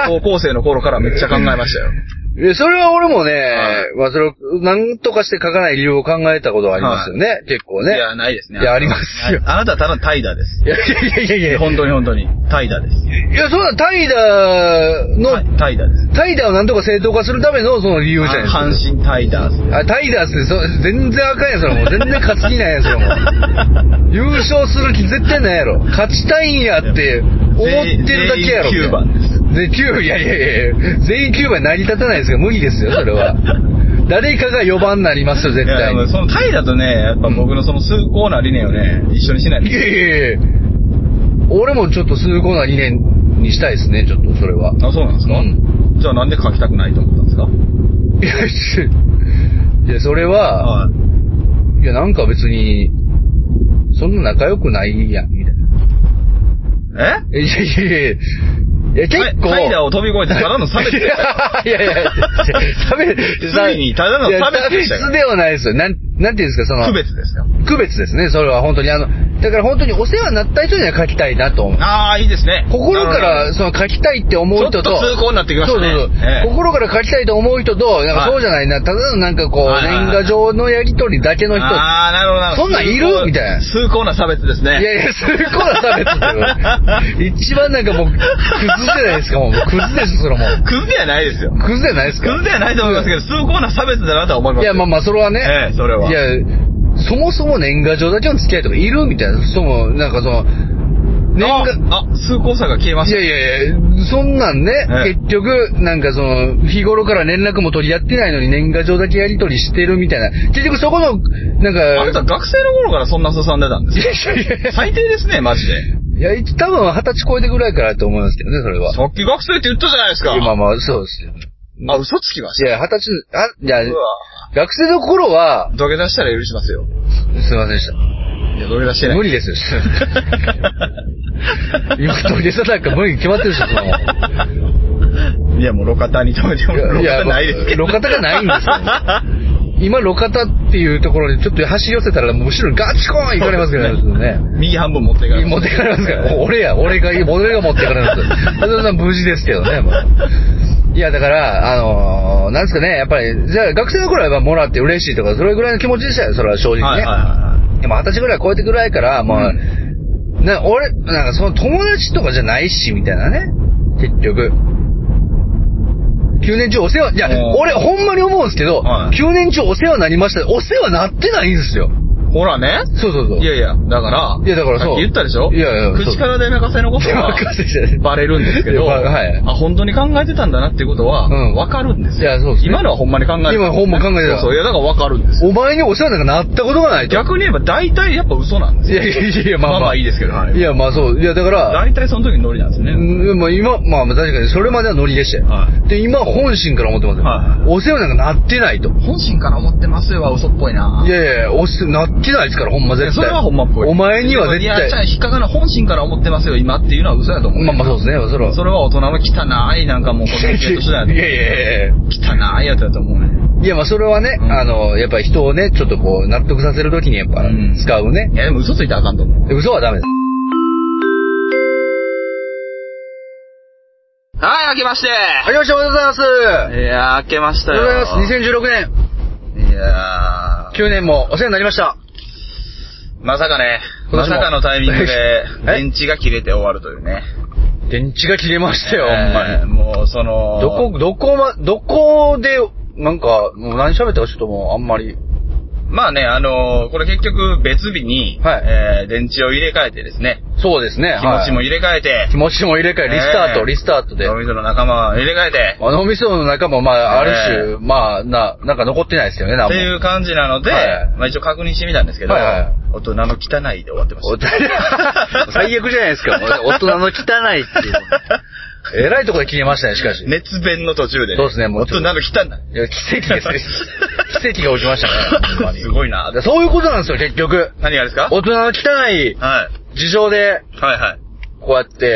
[SPEAKER 1] 高校生の頃からめっちゃ考えましたよ。
[SPEAKER 2] それは俺もね、まあそれを何とかして書かない理由を考えたことはありますよね、結構ね。
[SPEAKER 1] いや、ないですね。
[SPEAKER 2] いや、ありますよ。
[SPEAKER 1] あなたはただ怠惰です。
[SPEAKER 2] いや。
[SPEAKER 1] 本当に。怠惰です。
[SPEAKER 2] いや、そんな怠惰の、
[SPEAKER 1] 怠惰です。
[SPEAKER 2] 怠惰を何とか正当化するためのその理由じゃないですか。
[SPEAKER 1] 阪神怠惰っす。
[SPEAKER 2] 怠惰っすね。全然あかんやん、それもう。全然勝つ気ないやん、それもう。優勝する気絶対ないやろ。勝ちたいんやって思ってるだけやろ。
[SPEAKER 1] 全員9番です。
[SPEAKER 2] いや。全員9番成り立たないですから無理ですよ、それは。誰かが4番になりますよ、絶対に。
[SPEAKER 1] その怠惰とね、やっぱ僕のその崇高な理念をね、一緒にしないと。
[SPEAKER 2] いや。俺もちょっと崇高な理念にしたいですね、ちょっと、それは。
[SPEAKER 1] あ、そうなんですか？じゃあなんで書きたくないと思ったんですか？
[SPEAKER 2] いや、それは、いや、なんか別に、そんな仲良くないやん、みたいな。いや、結構。
[SPEAKER 1] 怠惰を飛び越えてただの差別でしたよ。
[SPEAKER 2] いや、差別。
[SPEAKER 1] ついにただの差別でしたよ。
[SPEAKER 2] 差別ではないですよ。なんていうんですか、その。
[SPEAKER 1] 区別ですよ。
[SPEAKER 2] 区別ですね、それは本当に。だから本当にお世話になった人には書きたいなと思う。
[SPEAKER 1] ああ、いいですね。
[SPEAKER 2] 心からその書きたいって思う人と。
[SPEAKER 1] ちょっと通行になってきましたね。
[SPEAKER 2] そう。心から書きたいと思う人と、なんかそうじゃないな、ただのなんかこう、年賀状のやり取りだけの人。
[SPEAKER 1] ああ、なるほど。
[SPEAKER 2] そんなんいるみたいな。
[SPEAKER 1] 崇高な差別ですね。
[SPEAKER 2] いや、崇高な差別って一番なんかもう、クズじゃないですか、もう。クズです、それもう。
[SPEAKER 1] クズではないですよ。
[SPEAKER 2] クズではないですか？
[SPEAKER 1] クズではないと思いますけど、崇高な差別だなとは思います。
[SPEAKER 2] いや、まあ、それはね。
[SPEAKER 1] それは。
[SPEAKER 2] いや、そもそも年賀状だけの付き合いとかいるみたいな。なんかその、
[SPEAKER 1] 崇高さが消えました。
[SPEAKER 2] いや、そんなんね、結局、なんかその、日頃から連絡も取り合ってないのに年賀状だけやり取りしてるみたいな。結局そこの、なんか。
[SPEAKER 1] あなた学生の頃からそんな進んでたんですか？最低ですね、マジで。
[SPEAKER 2] いや、多分20歳超えてぐらいからと思いますけどね、それは。
[SPEAKER 1] さっき学生って言ったじゃないですか。
[SPEAKER 2] まあ、そうですよ。
[SPEAKER 1] 嘘つきました。
[SPEAKER 2] いや、20歳、学生の頃は、
[SPEAKER 1] 土下座したら許しますよ。
[SPEAKER 2] すいませんでした。
[SPEAKER 1] いや、土下座してない。
[SPEAKER 2] 無理ですよ。今、土下座なんか無理に決まってるでしょ、その。
[SPEAKER 1] いや、もう路肩に止めても路肩ないですけど。
[SPEAKER 2] 路肩がないんですよ。今、路肩っていうところでちょっと走り寄せたら、もう後ろにガチコーン行かれますからね。
[SPEAKER 1] 右半分持っていかれます。
[SPEAKER 2] 持っていかれますから。俺が持っていかれます。それは無事ですけどね、もう。いや、だから、なんですかね、やっぱり、じゃあ学生の頃はもらって嬉しいとか、それぐらいの気持ちでしたよ、それは正直ね。でも20歳ぐらい超えてくらいから、まあ、俺、なんかその友達とかじゃないし、みたいなね。結局。9年中お世話、いや、俺ほんまに思うんですけど、9年中お世話になりました。お世話なってないんですよ。
[SPEAKER 1] ほらね。
[SPEAKER 2] そう。
[SPEAKER 1] いや、だから
[SPEAKER 2] そう。
[SPEAKER 1] さっき言ったでしょ？
[SPEAKER 2] いや、
[SPEAKER 1] 口から出任せのことはバレるんですけど、本当に考えてたんだなっていうことは、わかるんですよ。
[SPEAKER 2] いや、そうですね。
[SPEAKER 1] 今のはほんまに考えてた。
[SPEAKER 2] 今ほんま考えてた。
[SPEAKER 1] そう、いや、だからわかるんですよ。
[SPEAKER 2] お前にお世話なんかなったことがないと。
[SPEAKER 1] 逆に言えば大体やっぱ嘘なんですよ。
[SPEAKER 2] いや、まあ
[SPEAKER 1] いいですけど、
[SPEAKER 2] いや、まあそう。いや、だから。
[SPEAKER 1] 大体その時にノリなんですね。
[SPEAKER 2] 今、まあ確かにそれまではノリでしたよ。で、今本心から思ってますよ。お世話なんかなってないと。
[SPEAKER 1] 本心から思ってますよは嘘っぽいな。
[SPEAKER 2] いや、なってないですから、ほんま絶対。
[SPEAKER 1] それはほんまっぽい。
[SPEAKER 2] お前には絶対。
[SPEAKER 1] いや、引っかかる本心から思ってますよ、今っていうのは嘘やと思う。
[SPEAKER 2] まあそうですね、
[SPEAKER 1] それは大人の汚い、なんかもうコミュニケート手段やと思う。いや。汚いやつだと思うね。
[SPEAKER 2] いや、まあそれはね、やっぱり人をね、ちょっとこう、納得させるときにやっぱ、使うね。
[SPEAKER 1] いや、でも嘘ついたらあかんと思う。
[SPEAKER 2] 嘘はダメだ。
[SPEAKER 1] はい、明けまして。
[SPEAKER 2] おめでとうございます。
[SPEAKER 1] いや、明けましたよ。
[SPEAKER 2] おめでとうございます。2016年。
[SPEAKER 1] いや
[SPEAKER 2] 9年もお世話になりました。
[SPEAKER 1] まさかのタイミングで、電池が切れて終わるというね。
[SPEAKER 2] 電池が切れましたよ、ほんまに。
[SPEAKER 1] もう、その、
[SPEAKER 2] どこで、なんか、もう何喋ったかちょっともうあんまり。
[SPEAKER 1] まあね、これ結局別日に、電池を入れ替えてですね。
[SPEAKER 2] そうですね。
[SPEAKER 1] 気持ちも入れ替えて。
[SPEAKER 2] リスタートで。
[SPEAKER 1] 脳みその仲間を入れ替えて。
[SPEAKER 2] 脳みその仲間も、まあ、ある種、まあ、なんか残ってないですよね、
[SPEAKER 1] っていう感じなので、まあ一応確認してみたんですけど、大人の汚いで終わってました。
[SPEAKER 2] 最悪じゃないですか、大人の汚いっていう。えらいところで切れましたね、しかし。
[SPEAKER 1] 熱弁の途中で、
[SPEAKER 2] そうですね、もう。
[SPEAKER 1] 大人の汚い。
[SPEAKER 2] いや、奇跡ですね。奇跡が起きましたね。
[SPEAKER 1] すごいな。
[SPEAKER 2] そういうことなんですよ、結局。
[SPEAKER 1] 何がですか？
[SPEAKER 2] 大人の汚い事情で、こうやって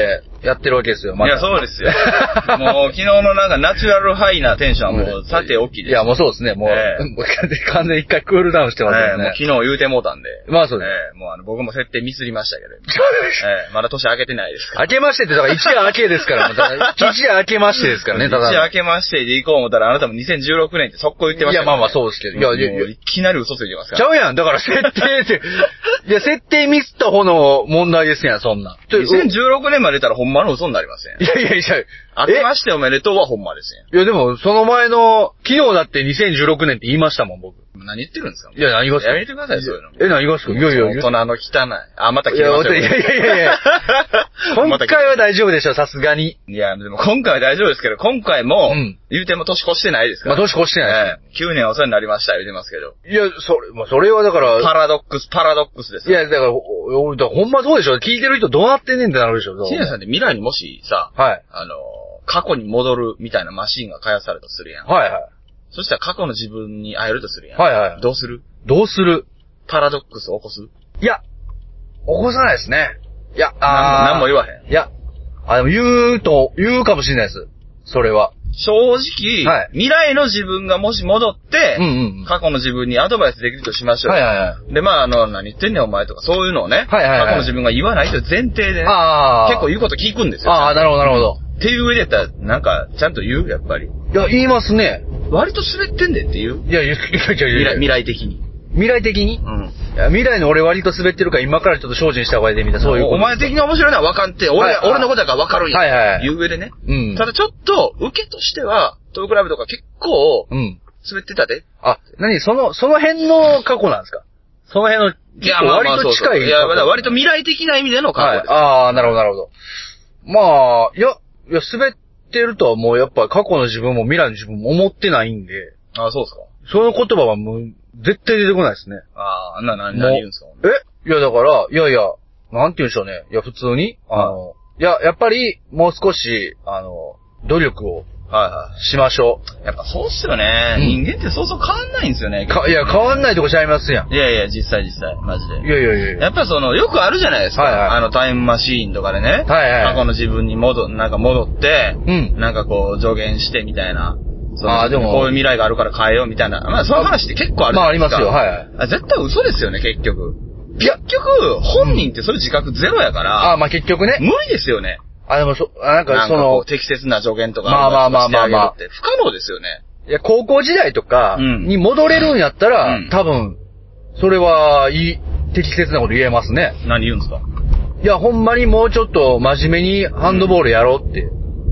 [SPEAKER 2] やってるわけですよ、
[SPEAKER 1] また。いや、そうですよ。もう昨日のなんかナチュラルハイなテンションはもうさておきです。
[SPEAKER 2] いや、もうそうですね、もう、完全に一回クールダウンしてますよね。
[SPEAKER 1] もう昨日言うてもうたんで。
[SPEAKER 2] まあそうです。
[SPEAKER 1] もう僕も設定ミスりましたけど。まだ年明けてないですから。
[SPEAKER 2] 明けましてって、だから一夜明けですから、一夜明けましてですからね、
[SPEAKER 1] ただ。一夜明けましてで行こう思ったら、あなたも2016年って速攻言ってました
[SPEAKER 2] いや、まあそうですけど。
[SPEAKER 1] いや、いきなり嘘ついてますから。
[SPEAKER 2] ちゃうやん、だから設定って、いや、設定ミスった方の問題ですやん、そんな。
[SPEAKER 1] 2016年まで出たらほんまの嘘になりません。
[SPEAKER 2] いや。
[SPEAKER 1] 明けましておめでとうはほんまです
[SPEAKER 2] やん。いや、でも、その前の、昨日だって2016年って言いましたもん、僕。
[SPEAKER 1] 何言ってるんですか？
[SPEAKER 2] いや、何がすか？
[SPEAKER 1] やめてください、そういうの。
[SPEAKER 2] 何がすか？いや。
[SPEAKER 1] 大人の汚い。あ、また切れましたよ。
[SPEAKER 2] いや。今回は大丈夫でしょ、さすがに。
[SPEAKER 1] いや、でも今回は大丈夫ですけど、今回も、言うても年越してないですから。
[SPEAKER 2] まあ、年越してない
[SPEAKER 1] です。9年お世話になりました、言うてますけど。
[SPEAKER 2] いや、それはだから。
[SPEAKER 1] パラドックスです。
[SPEAKER 2] いや、だから、ほんまそうでしょ。聞いてる人どうなってんねんってなるでしょ。
[SPEAKER 1] シネさんって未来にもしさ、
[SPEAKER 2] はい。
[SPEAKER 1] 過去に戻るみたいなマシンが開発されたとするやん。
[SPEAKER 2] はい。
[SPEAKER 1] そしたら過去の自分に会えるとするやん。
[SPEAKER 2] はい。
[SPEAKER 1] どうするパラドックス起こす？
[SPEAKER 2] いや、起こさないですね。いや、
[SPEAKER 1] 何も言わへん。
[SPEAKER 2] いや、でも言うかもしれないです。それは。
[SPEAKER 1] 正直、はい、未来の自分がもし戻って、過去の自分にアドバイスできるとしましょう。で、何言ってんねんお前とか、そういうのをね、過去の自分が言わないという前提でね、結構言うこと聞くんですよ。
[SPEAKER 2] なるほど。
[SPEAKER 1] っていう上でやったら、なんか、ちゃんと言うやっぱり。
[SPEAKER 2] いや、言いますね。
[SPEAKER 1] 割と滑ってんでって言う？
[SPEAKER 2] いや、
[SPEAKER 1] 未来的に。
[SPEAKER 2] 未来的に？いや、未来の俺割と滑ってるから今からちょっと精進した方がいいでみたいな、そういうこと。
[SPEAKER 1] お前的に面白いのは分かって、俺のことだから分かるんや。いう上でね。ただちょっと、受けとしては、トークライブとか結構、滑ってたで。
[SPEAKER 2] その辺の過去なんですか？その辺の、
[SPEAKER 1] いや、割と近い。いや、割と未来的な意味での過去です。
[SPEAKER 2] なるほど。まあ、いや、滑ってるとはもうやっぱ過去の自分も未来の自分も思ってないんで。
[SPEAKER 1] そうですか。
[SPEAKER 2] その言葉はもう、絶対出てこないですね。
[SPEAKER 1] 何言うんですか？
[SPEAKER 2] いや、だから、いや、なんて言うんでしょうね。いや、普通に、やっぱり、もう少し、努力を、しましょ
[SPEAKER 1] う。やっぱそうっすよね。人間ってそうそう変わんないんですよね。
[SPEAKER 2] いや、変わんないとこちゃいますやん。
[SPEAKER 1] いや、実際、マジで。
[SPEAKER 2] いや。
[SPEAKER 1] やっぱよくあるじゃないですか。タイムマシーンとかでね。過去の自分に戻って、なんかこう、助言してみたいな。でもこういう未来があるから変えようみたいな。そういう話って結構あるじゃないですか。
[SPEAKER 2] ありますよ、
[SPEAKER 1] 絶対嘘ですよね、結局。本人ってそういう自覚ゼロやから。
[SPEAKER 2] 結局ね。
[SPEAKER 1] 無理ですよね。
[SPEAKER 2] でもなんか
[SPEAKER 1] 適切な助言とか。してあげるって不可能ですよね。
[SPEAKER 2] いや、高校時代とかに戻れるんやったら、多分、それは、適切なこと言えますね。
[SPEAKER 1] 何言うんですか？
[SPEAKER 2] いや、ほんまにもうちょっと真面目にハンドボールやろうって。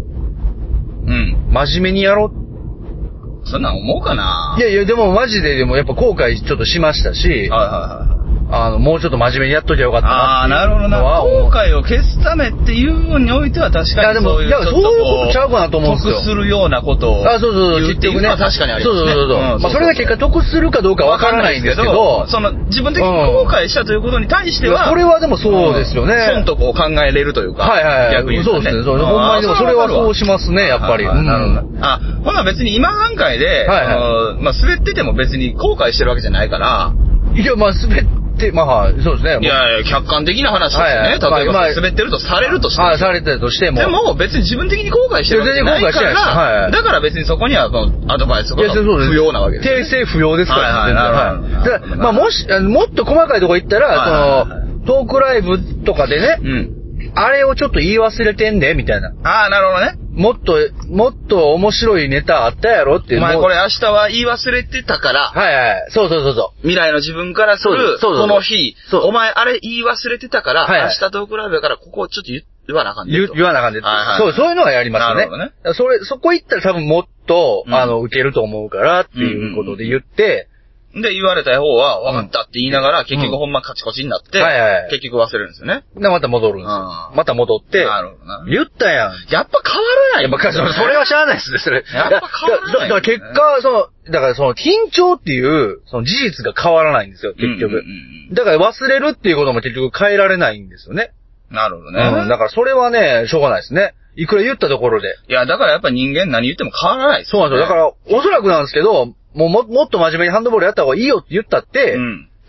[SPEAKER 2] 真面目にやろう。
[SPEAKER 1] そんなん思うかな？
[SPEAKER 2] いや、でもマジでやっぱ後悔ちょっとしましたし、もうちょっと真面目にやっときゃよかったなっていう。
[SPEAKER 1] なるほどな。後悔を消すためっていう分においては確かにそういう。
[SPEAKER 2] いや、そういうことちゃうかなと思うんですよ。
[SPEAKER 1] 得するようなことを。
[SPEAKER 2] そう、
[SPEAKER 1] 結局ね。確かにありますね。
[SPEAKER 2] そう。それが結果得するかどうかわからないんですけど、
[SPEAKER 1] 自分的に後悔したということに対しては。
[SPEAKER 2] それはでもそうですよね。
[SPEAKER 1] 損得を考えれるというか。逆に言うとね。
[SPEAKER 2] そうですね。ほんまにでもそれはそうしますね、やっぱり。
[SPEAKER 1] なるほど。ほな別に今段階で、滑ってても別に後悔してるわけじゃないから。
[SPEAKER 2] いや、滑そうですね。
[SPEAKER 1] いや、客観的な話ですよね。例えば滑ってるとされるとしても。
[SPEAKER 2] されてるとしても。
[SPEAKER 1] でも別に自分的に後悔してるわけじゃないから、だから別にそこにはアドバイスとか不要なわけです。
[SPEAKER 2] 訂正不要ですから。もっと細かいとこ行ったら、トークライブとかでね、あれをちょっと言い忘れてんで、みたいな。
[SPEAKER 1] なるほどね。
[SPEAKER 2] もっと面白いネタあったやろっていう。
[SPEAKER 1] お前これ明日は言い忘れてたから。
[SPEAKER 2] そう。
[SPEAKER 1] 未来の自分からする、この日、お前あれ言い忘れてたから、明日トークライブやからここちょっと言わなあかんで。
[SPEAKER 2] 言わなあかんで。そういうのはやりますよね。なるほどね。そこ行ったら多分もっと、受けると思うからっていうことで言って、
[SPEAKER 1] で、言われた方は、分かったって言いながら、結局ほんまカチコチになって、結局忘れるんですよね。
[SPEAKER 2] で、また戻るんですよ。また戻って、
[SPEAKER 1] なるほどな。
[SPEAKER 2] 言ったやん。
[SPEAKER 1] やっぱ変わらない。
[SPEAKER 2] やっぱそれはしゃあないですね、それ。
[SPEAKER 1] やっぱ変わらない。
[SPEAKER 2] だから結果、だから緊張っていう、事実が変わらないんですよ、結局。だから忘れるっていうことも結局変えられないんですよね。
[SPEAKER 1] なるほどね。
[SPEAKER 2] だからそれはね、しょうがないですね。いくら言ったところで。
[SPEAKER 1] いや、だからやっぱ人間何言っても変わらないです。
[SPEAKER 2] そうなんですよ。だから、おそらくなんですけど、もっと真面目にハンドボールやった方がいいよって言ったって、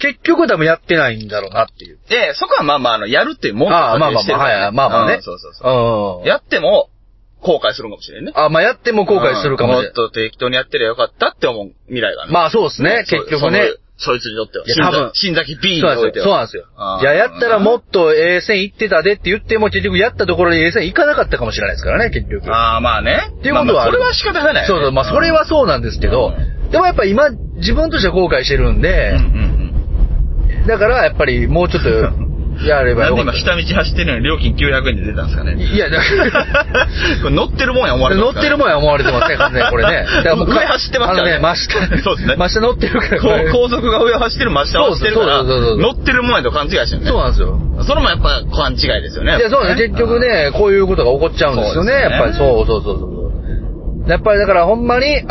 [SPEAKER 2] 結局多分やってないんだろうなっていう。
[SPEAKER 1] で、そこはまあまあ、やるっていうもんと
[SPEAKER 2] かでしてるから、ね。はい、まあまあね。
[SPEAKER 1] そうそうそう。やっても、後悔するかもしれんね。
[SPEAKER 2] まあやっても後悔するかもしれん。
[SPEAKER 1] もっと適当にやってりゃよかったって思う未来がね。
[SPEAKER 2] まあそうですね、結局ね。
[SPEAKER 1] そいつにとっては。多分。新崎 B においては。
[SPEAKER 2] そうなんですよ。じゃあやったらもっとA線行ってたでって言っても結局やったところで A線行かなかったかもしれないですからね、結局。
[SPEAKER 1] まあね。
[SPEAKER 2] っていうことは。
[SPEAKER 1] それは仕方がない。
[SPEAKER 2] そうそう、まあそれはそうなんですけど、でもやっぱ今自分としては後悔してるんで、だからやっぱりもうちょっと、やればよかった。
[SPEAKER 1] なんで今下道走ってるのに料金900円で出たんですかね。
[SPEAKER 2] いや、だから
[SPEAKER 1] これ乗ってるもんや思われてます、
[SPEAKER 2] 乗ってるもんや思われてますね、完全にこれね。
[SPEAKER 1] だからもう上走ってますからね。
[SPEAKER 2] 真下。そうですね。真下乗ってるから。
[SPEAKER 1] 高速が上走ってる真下走ってるから、乗ってるもんやと勘違いしてるね。
[SPEAKER 2] そうなんですよ。
[SPEAKER 1] それもやっぱ勘違いですよね。
[SPEAKER 2] いや、そうね。結局ね、こういうことが起こっちゃうんですよね。やっぱりそう。やっぱりだからほんまに、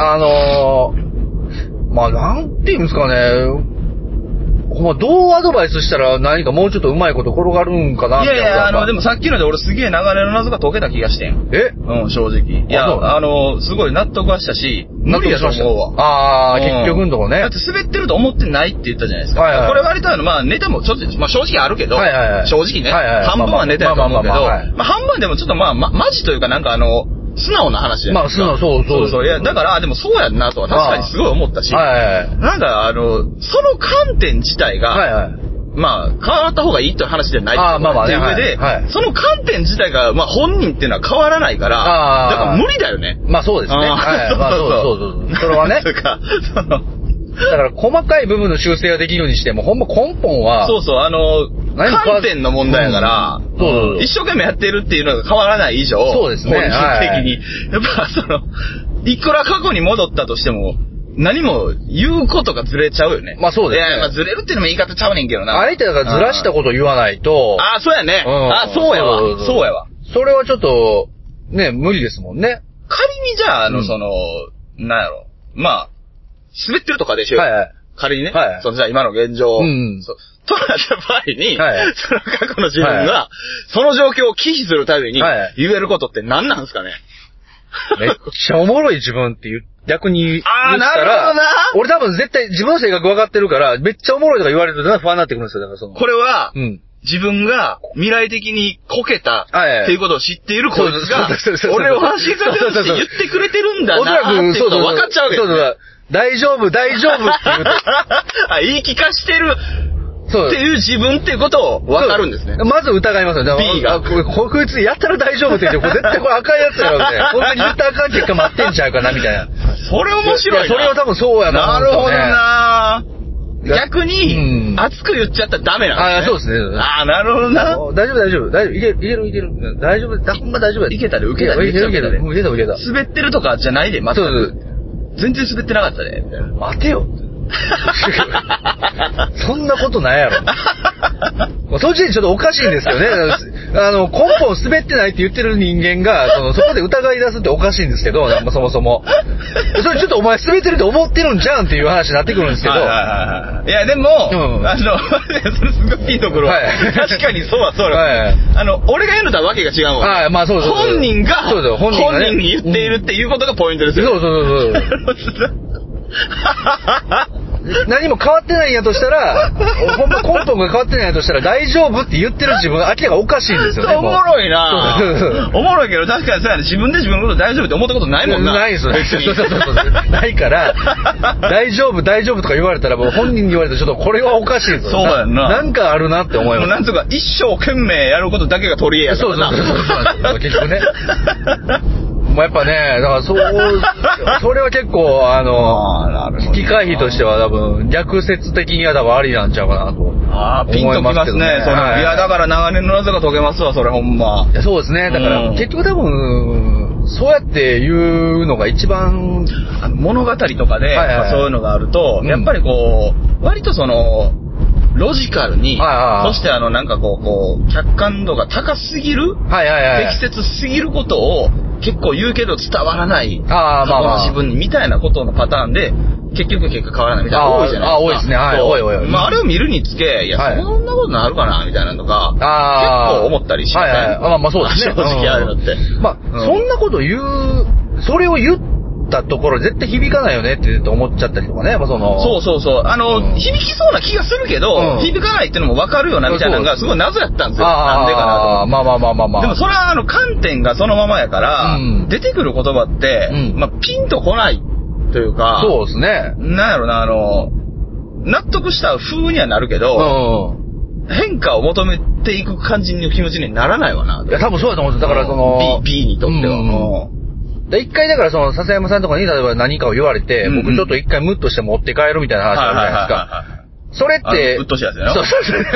[SPEAKER 2] まあ、なんていうんですかね、ほんま、どうアドバイスしたら何かもうちょっとうまいこと転がるんかなみたいな。
[SPEAKER 1] いや、でもさっきので俺すげえ流れの謎が解けた気がしてん。正直。いや、すごい納得はしたし、無理やと思う
[SPEAKER 2] わ。結局のとこね。
[SPEAKER 1] だって滑ってると思ってないって言ったじゃないですか。これ割とまあネタもちょっと、まあ正直あるけど、正直ね、半分はネタやと思うけど、まあ半分でもちょっとまあ、マジというかなんか素直な話じゃないですか。
[SPEAKER 2] まあ、素直、そう。
[SPEAKER 1] いや、だから、でもそうやんなとは確かにすごい思ったし、なんかその観点自体が、まあ、変わった方がいいという話じゃないっていう上で、その観点自体が、まあ本人っていうのは変わらないから、だから無理だよね。
[SPEAKER 2] まあそうですね。そう。それはね。だから細かい部分の修正ができるにしても、ほんま根本は。
[SPEAKER 1] そう、観点の問題だから、一生懸命やってるっていうのが変わらない以上、
[SPEAKER 2] そうですね。
[SPEAKER 1] 本質的に。やっぱいくら過去に戻ったとしても、何も言うことがずれちゃうよね。
[SPEAKER 2] まあそうですね。
[SPEAKER 1] いや、まあずれるっていうのも言い方ちゃうねんけどな。
[SPEAKER 2] 相手だからずらしたこと言わないと。
[SPEAKER 1] そうやね。そうやわ。
[SPEAKER 2] それはちょっと、ね、無理ですもんね。
[SPEAKER 1] 仮にじゃあ、なんやろ。まあ、滑ってるとかでしょ。仮にね。じゃあ今の現状。となった場合に、その過去の自分が、その状況を忌避するために言えることって何なんですかね。
[SPEAKER 2] めっちゃおもろい自分って逆に言ったら、
[SPEAKER 1] なるほどな。
[SPEAKER 2] 俺多分絶対自分の性格分かってるから、めっちゃおもろいとか言われると不安になってくるんですよ。だから
[SPEAKER 1] これは、自分が未来的にこけたっていうことを知っているこいつが、俺を安心させるって言ってくれてるんだなっていうこと分かっちゃうわけですね。
[SPEAKER 2] 大丈夫って言うと。
[SPEAKER 1] 言い聞かしてるっていう自分っていうことを分かるんですね。
[SPEAKER 2] まず疑いますよね。
[SPEAKER 1] B が。
[SPEAKER 2] こいつやったら大丈夫って言って、絶対これ赤いやつやろって。本当に絶対赤い結果待ってんちゃうかなみたいな。
[SPEAKER 1] それ面白いな。
[SPEAKER 2] それは多分そうやな。
[SPEAKER 1] なるほどな。逆に、熱く言っちゃったらダメなんですね。
[SPEAKER 2] そうですね。
[SPEAKER 1] なるほどな。
[SPEAKER 2] 大丈夫。いける。大丈夫。ほんま大丈夫。
[SPEAKER 1] いけたで、受けたで。
[SPEAKER 2] いけた。
[SPEAKER 1] 滑ってるとかじゃないで、全く。全然滑ってなかったで。
[SPEAKER 2] 待てよ。そんなことないやろ。そっちでちょっとおかしいんですよね。根本滑ってないって言ってる人間が、そこで疑い出すっておかしいんですけど、そもそも。それちょっとお前滑ってるって思ってるんじゃんっていう話になってくるんですけど。い
[SPEAKER 1] や、でも、それすごいいいところは、確かにそうはそうだ。俺が言うのとはわけが違うもん。
[SPEAKER 2] まあそう。
[SPEAKER 1] 本人が、本人に言っているっていうことがポイントですよ。
[SPEAKER 2] そう。何も変わってないんやとしたら、ほんま根本が変わってないんやとしたら大丈夫って言ってる自分明らかがおかしいんですよね。
[SPEAKER 1] おもろいな。おもろいけど確かにさ、自分で自分のこと大丈夫って思ったことないもんな。
[SPEAKER 2] ないですよ。そう。ないから、大丈夫とか言われたらもう本人に言われたらちょっとこれはおかしいぞ。
[SPEAKER 1] そうやんな。
[SPEAKER 2] なんかあるなって思います。
[SPEAKER 1] なんとか一生懸命やることだけが取り柄やからな。
[SPEAKER 2] そう。結局ね。もうやっぱね、だからそれは結構危機回避としては多分逆説的には多分ありなんちゃうかなと。
[SPEAKER 1] ピンときますね。いやだから長年の謎が解けますわ、それほんま。
[SPEAKER 2] いやそうですね。だから結局多分そうやって言うのが一番
[SPEAKER 1] 物語とかでそういうのがあると、やっぱりこう割とロジカルに、そしてなんか客観度が高すぎる、適切すぎることを結構言うけど伝わらない、過去の自分にみたいなことのパターンで、結局結果変わらないみたいなの多いじゃないですか。
[SPEAKER 2] 多いですね。多い。
[SPEAKER 1] まああれを見るにつけ、いや、そんなことなるかなみたいなのが、結構思ったりしません？
[SPEAKER 2] まあそうですね。
[SPEAKER 1] 正直あるのって。
[SPEAKER 2] まあ、そんなことそれを言っったところ絶対響かないよねって思っちゃったりとかね、
[SPEAKER 1] そうそうそう。響きそうな気がするけど、響かないっていうのも分かるよなみたいなのがすごい謎やったんですよ。なんでかなと。
[SPEAKER 2] まあ。
[SPEAKER 1] でもそれは観点がそのままやから、出てくる言葉って、ピンとこないというか、
[SPEAKER 2] そうですね。
[SPEAKER 1] なんやろな、納得した風にはなるけど、変化を求めていく感じの気持ちにならないわな。
[SPEAKER 2] いや、多分そうだと思うんです。だから
[SPEAKER 1] B にとっては。
[SPEAKER 2] 一回だから笹山さんとかに例えば何かを言われて、僕ちょっと一回ムッとして持って帰るみたいな話あるじゃないですか。それって、
[SPEAKER 1] うっとしいやつやな。
[SPEAKER 2] そう。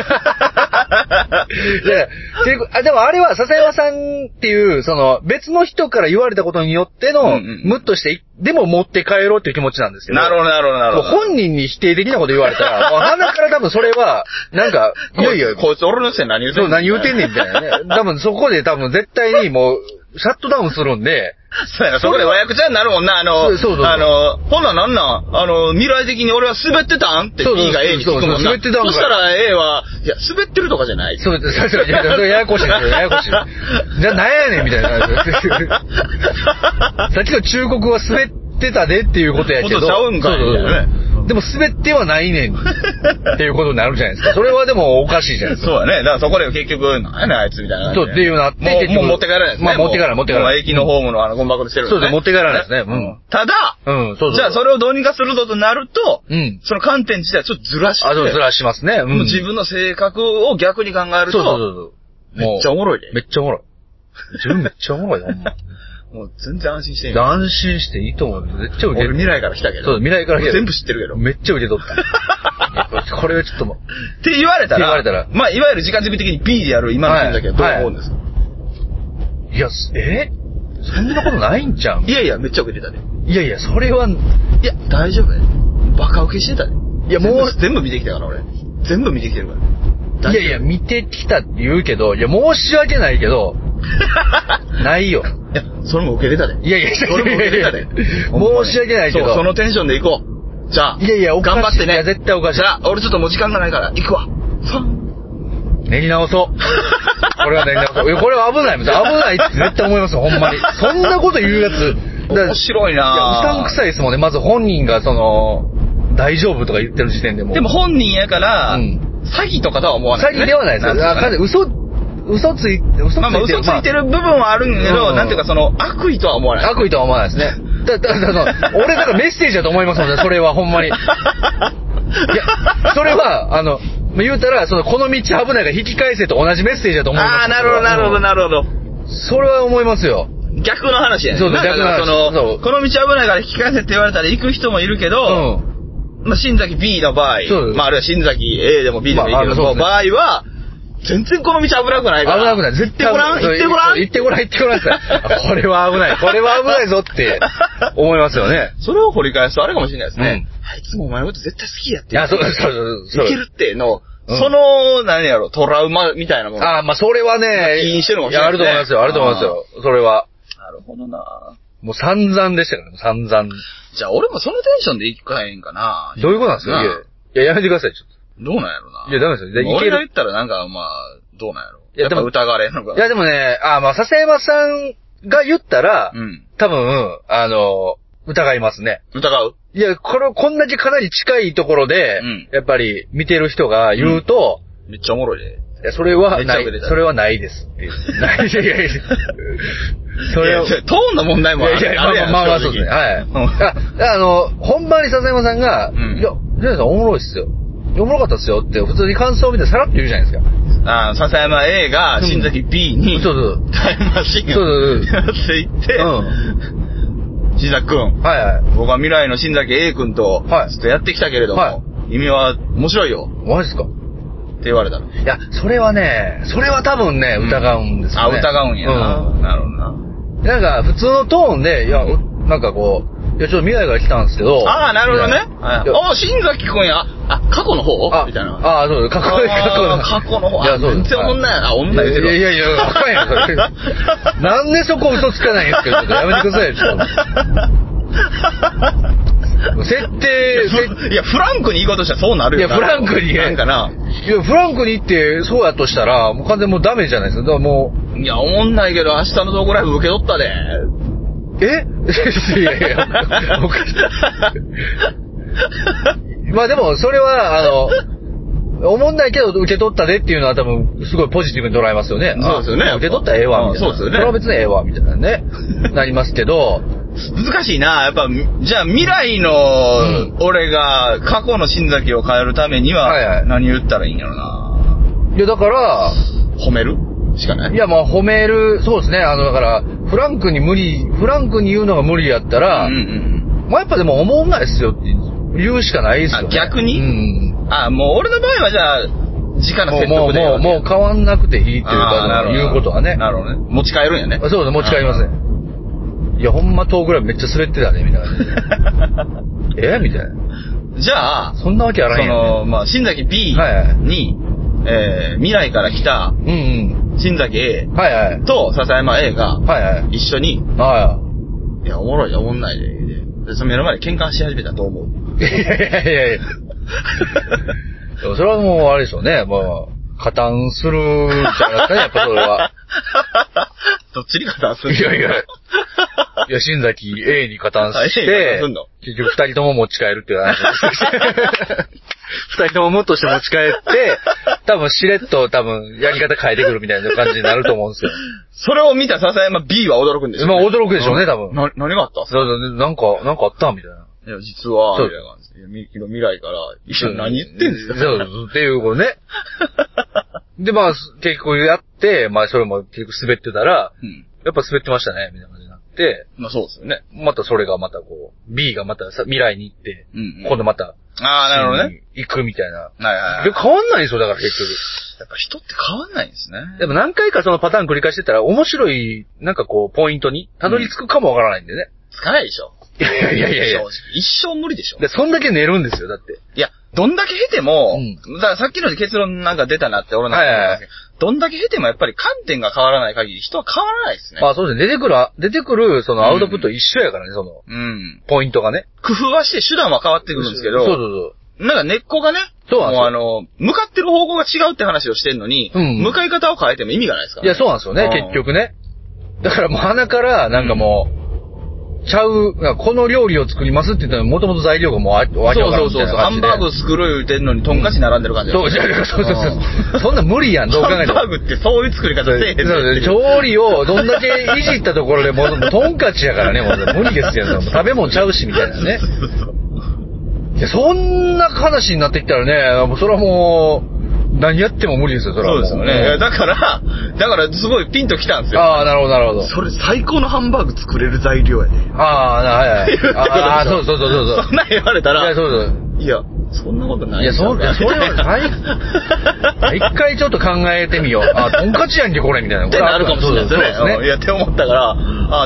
[SPEAKER 2] でもあれは笹山さんっていう、別の人から言われたことによっての、ムッとして、でも持って帰ろうっていう気持ちなんですけど。
[SPEAKER 1] なるほど。
[SPEAKER 2] 本人に否定的なこと言われたら、もう鼻から多分それは、なんか、
[SPEAKER 1] いや、こいつ俺のせい何言うてんねん。
[SPEAKER 2] そう、何言うてんねんみたいなね。多分そこで多分絶対にもう、シャットダウンするんで。
[SPEAKER 1] そうやな、そこで和訳ちゃんになるもんな、ほななんなん未来的に俺は滑ってたんって B が A に聞くもんな。
[SPEAKER 2] 滑ってたんか。
[SPEAKER 1] そしたら A は、いや、滑ってるとかじゃない。
[SPEAKER 2] そう、ややこしいですよ、ややこしい。じゃあなんやねんみたいな。さっきの忠告は滑ってたでっていうことやけど。
[SPEAKER 1] ちゃうんかいみたいなね。
[SPEAKER 2] でも滑ってはないねんっていうことになるじゃないですか。それはでもおかしいじゃないですか。
[SPEAKER 1] そうだね。だからそこで結局、なんやねんあいつみたいな。
[SPEAKER 2] そうっていうなって、
[SPEAKER 1] もう持って帰らないですね。
[SPEAKER 2] まあ持って帰らない。
[SPEAKER 1] 駅のホームのゴン箱でしてるんですね。
[SPEAKER 2] そうです、持って帰らないですね。
[SPEAKER 1] ただ、じゃあそれをどうにかするとなると、その観点自体ちょっとずらして。
[SPEAKER 2] ずらしますね。
[SPEAKER 1] 自分の性格を逆に考えると、
[SPEAKER 2] そう。
[SPEAKER 1] めっちゃおもろいで。
[SPEAKER 2] めっちゃおもろい。自分めっちゃおもろいよ、ほんま。
[SPEAKER 1] もう全然安心していい。
[SPEAKER 2] 安心していいと思う。めっちゃ受け
[SPEAKER 1] 俺未来から来たけど。
[SPEAKER 2] そう、未来から来た。
[SPEAKER 1] 全部知ってるけど。
[SPEAKER 2] めっちゃ受け取った。これはちょっと
[SPEAKER 1] って言われたら、まあ、いわゆる時間軸的に B でやる今の人だけど、どう思うんですか？
[SPEAKER 2] いや、そんなことないんちゃう？
[SPEAKER 1] いや、めっちゃ受けてたで。
[SPEAKER 2] いや、それは、い
[SPEAKER 1] や、大丈夫や。バカ受けしてたで。
[SPEAKER 2] いや、もう、
[SPEAKER 1] 全部見てきたから、俺。全部見てきてるから。
[SPEAKER 2] いや、見てきたって言うけど、いや、申し訳ないけど、ないよ。
[SPEAKER 1] いや、それも受けてたで。
[SPEAKER 2] いや、
[SPEAKER 1] それも受けてたで。
[SPEAKER 2] 申し訳ないけど。
[SPEAKER 1] そのテンションで行こう。じゃあ、頑張ってね。
[SPEAKER 2] いや、絶対おかしい。
[SPEAKER 1] じゃあ、俺ちょっともう時間がないから、行くわ。
[SPEAKER 2] 練り直そう。これは練り直そう。これは危ない。危ないって絶対思いますよ、ほんまに。そんなこと言うやつ。
[SPEAKER 1] 面白いなぁ。
[SPEAKER 2] いや、うさんくさいですもんね。まず本人が大丈夫とか言ってる時点でも。
[SPEAKER 1] でも本人やから、詐欺とかとは思わない。
[SPEAKER 2] 詐欺ではないですよ。嘘ついてる。
[SPEAKER 1] まあ嘘ついてる部分はあるんだけど、なんていうか悪意とは思わない。
[SPEAKER 2] 悪意とは思わないですね。俺だからメッセージだと思いますもんね、それはほんまに。いや、それは、言うたら、この道危ないから引き返せと同じメッセージだと思います。
[SPEAKER 1] ああ、なるほど。
[SPEAKER 2] それは思いますよ。
[SPEAKER 1] 逆の話やね。
[SPEAKER 2] そう、逆の話。
[SPEAKER 1] この道危ないから引き返せって言われたら行く人もいるけど、まあ、新崎 B の場合、まあ、あるいは新崎 A でも B でもいいけど、場合は、全然この道危なくないから。
[SPEAKER 2] 危なくない。絶対
[SPEAKER 1] 行ってごらん。
[SPEAKER 2] 行ってごらん。これは危ないぞって思いますよね。
[SPEAKER 1] それを掘り返すとあれかもしれないですね。あいつもお前のこと絶対好きやって。
[SPEAKER 2] いや、そう。
[SPEAKER 1] いけるっての、何やろ、トラウマみたいなもの。
[SPEAKER 2] ああ、まあそれはね、
[SPEAKER 1] 気にしてるかもしれない。
[SPEAKER 2] あると思いますよ。それは。
[SPEAKER 1] なるほどな。
[SPEAKER 2] もう散々でしたからね、散々。
[SPEAKER 1] じゃあ俺もそのテンションで行かへんかな。
[SPEAKER 2] どういうことなんですか？いや、やめてください、ちょっと。
[SPEAKER 1] どうなんやろな。
[SPEAKER 2] いや、ダメですよ。
[SPEAKER 1] 俺が言ったらなんか、まあ、どうなんやろ。いや、でも疑われんのか。
[SPEAKER 2] いや、でもね、まあ、笹山さんが言ったら、多分、疑いますね。
[SPEAKER 1] 疑う？
[SPEAKER 2] いや、こんだけかなり近いところで、やっぱり見てる人が言うと、
[SPEAKER 1] めっちゃおもろいで。
[SPEAKER 2] いや、それはないですっていう。ない。
[SPEAKER 1] それは、トーンの問題もあるやん。
[SPEAKER 2] まあ、そうですね。はい。本番に笹山さんが、いや、ジェイさんおもろいっすよ。おもろかったっすよって、普通に感想を見てさらっと言うじゃないですか。
[SPEAKER 1] 笹山 A が、新崎 B に、タイムマシンをやっていって、新崎くん。僕は未来の新崎 A くんと、ずっとやってきたけれども、君は面白いよ。
[SPEAKER 2] マジっすか？
[SPEAKER 1] って言われたの。
[SPEAKER 2] いや、それは多分ね、疑うんですよね。
[SPEAKER 1] 疑うんやな。なるほどな。
[SPEAKER 2] なんか、普通のトーンで、いや、なんかこう、いや、ちょっと未来から来たんですけど。
[SPEAKER 1] なるほどね。新崎くんや。過去の方みたいな。
[SPEAKER 2] そう、過去の方。
[SPEAKER 1] いや、そう。全然女やな。女言うてる。
[SPEAKER 2] いや、わかんやん、それ。なんでそこ嘘つかないんですけど、やめてくださいよ、ちょっと。設定、
[SPEAKER 1] いや、フランクに言い方したらそうなるよ。
[SPEAKER 2] いや、フランクに
[SPEAKER 1] なんかな。
[SPEAKER 2] いや、フランクに言って、そうやとしたら、もう完全にもうダメじゃないですか。だからも
[SPEAKER 1] う。いや、思んないけど、明日のトークライブ受け取ったで。
[SPEAKER 2] いやいや、まあでも、それは、思んないけど受け取ったでっていうのは多分、すごいポジティブに捉えますよね。
[SPEAKER 1] そうですよね。
[SPEAKER 2] 受け取ったらええわ、みたいな。
[SPEAKER 1] そうですよね。
[SPEAKER 2] それは別にええわ、みたいなね。なりますけど、
[SPEAKER 1] 難しいな。やっぱ、じゃあ未来の、俺が過去の新崎を変えるためには、何言ったらいいんやろな。
[SPEAKER 2] いや、だから、
[SPEAKER 1] 褒めるしかない。
[SPEAKER 2] いや、まあ褒める、そうですね。だから、フランクに言うのが無理やったら、まあやっぱでも思んないっすよって言うしかないっすよね。
[SPEAKER 1] 逆に？もう俺の場合はじゃあ、直の説得で。
[SPEAKER 2] もう変わんなくていいっていうか、言うことはね。
[SPEAKER 1] なるほどね。持ち帰るんやね。
[SPEAKER 2] そうです、持ち帰りますね。いや、ほんまトークライブめっちゃ滑ってたね、みたいな感じで。みたいな。
[SPEAKER 1] じゃあ、
[SPEAKER 2] そんなわけあらへんやん。
[SPEAKER 1] まあ、新崎 B に、未来から来た、新崎 A と笹山 A が、一緒に、いや、おもろい、おもんないで、その目の前で喧嘩し始めたと思う。
[SPEAKER 2] いや。でもそれはもう、あれでしょうね。まあ、加担するじゃないですかね、やっぱそれは。
[SPEAKER 1] どっちに加担する？
[SPEAKER 2] いや、新崎 A に加担して、結局二人とも持ち帰るっていう話です。二人とももっとして持ち帰って、多分しれっとやり方変えてくるみたいな感じになると思うんですよ。
[SPEAKER 1] それを見た笹山 B は驚くんでしょうね。
[SPEAKER 2] まあ驚くでしょうね、多分。
[SPEAKER 1] 何があった
[SPEAKER 2] なんかあったみたいな。
[SPEAKER 1] いや、実は、みたいな感じで。未来から、一緒に何言ってんですか？
[SPEAKER 2] そう、っていうことね。で、まあ、結局やって、まあ、それも結局滑ってたら、やっぱ滑ってましたね、みたいな感じになって、
[SPEAKER 1] まあそうですよね。
[SPEAKER 2] またそれがまたこう、B がまた未来に行って、今度また、
[SPEAKER 1] なるほどね。
[SPEAKER 2] 行くみたいな。
[SPEAKER 1] はい。
[SPEAKER 2] 変わんないんですよ、だから結局。
[SPEAKER 1] やっぱ人って変わんないんですね。
[SPEAKER 2] でも何回かそのパターン繰り返してたら、面白い、なんかこう、ポイントにたどり着くかもわからないんでね。
[SPEAKER 1] つかないでしょ。
[SPEAKER 2] いや。
[SPEAKER 1] 一生無理でしょ。
[SPEAKER 2] で、そんだけ寝るんですよ、だって。
[SPEAKER 1] いや、どんだけ経ても、だからさっきの結論なんか出たなって俺なんか思ったんですけど、どんだけ経てもやっぱり観点が変わらない限り人は変わらないですね。
[SPEAKER 2] まあそうですね。出てくる、そのアウトプット一緒やからね、その、ポイントがね。
[SPEAKER 1] 工夫はして手段は変わってくるんですけど、
[SPEAKER 2] そう
[SPEAKER 1] なんか根っこがね、もう向かってる方向が違うって話をしてんのに、向かい方を変えても意味がないですから
[SPEAKER 2] ね。いや、そうなんですよね、結局ね。だからもう鼻からなんかもう、この料理を作りますって言ったら、もともと材料がもうわけわからんみたいな感じで。
[SPEAKER 1] ハンバーグ作る言うてんのに、トンカチ並んでる感じ。
[SPEAKER 2] そう。そんな無理やん、どう考えても。
[SPEAKER 1] ハンバーグってそういう作り方せえへん。
[SPEAKER 2] そう調理をどんだけいじったところで、もうトンカチやからね、もう無理ですよ。食べ物ちゃうし、みたいなね。いや、そんな話になってきたらね、それはもう、何やっても無理ですよ、それは。
[SPEAKER 1] そうですよね。だからすごいピンときたんですよ。
[SPEAKER 2] なるほど。
[SPEAKER 1] それ最高のハンバーグ作れる材料やで。
[SPEAKER 2] はい。そう。
[SPEAKER 1] そんな言われたら。
[SPEAKER 2] いや、そう。
[SPEAKER 1] いや、そんなことない。
[SPEAKER 2] いや、それは一回ちょっと考えてみよう。トンカチやんけ、これ、みたいな。
[SPEAKER 1] ってなるかもしれないですね。いや、って思ったから、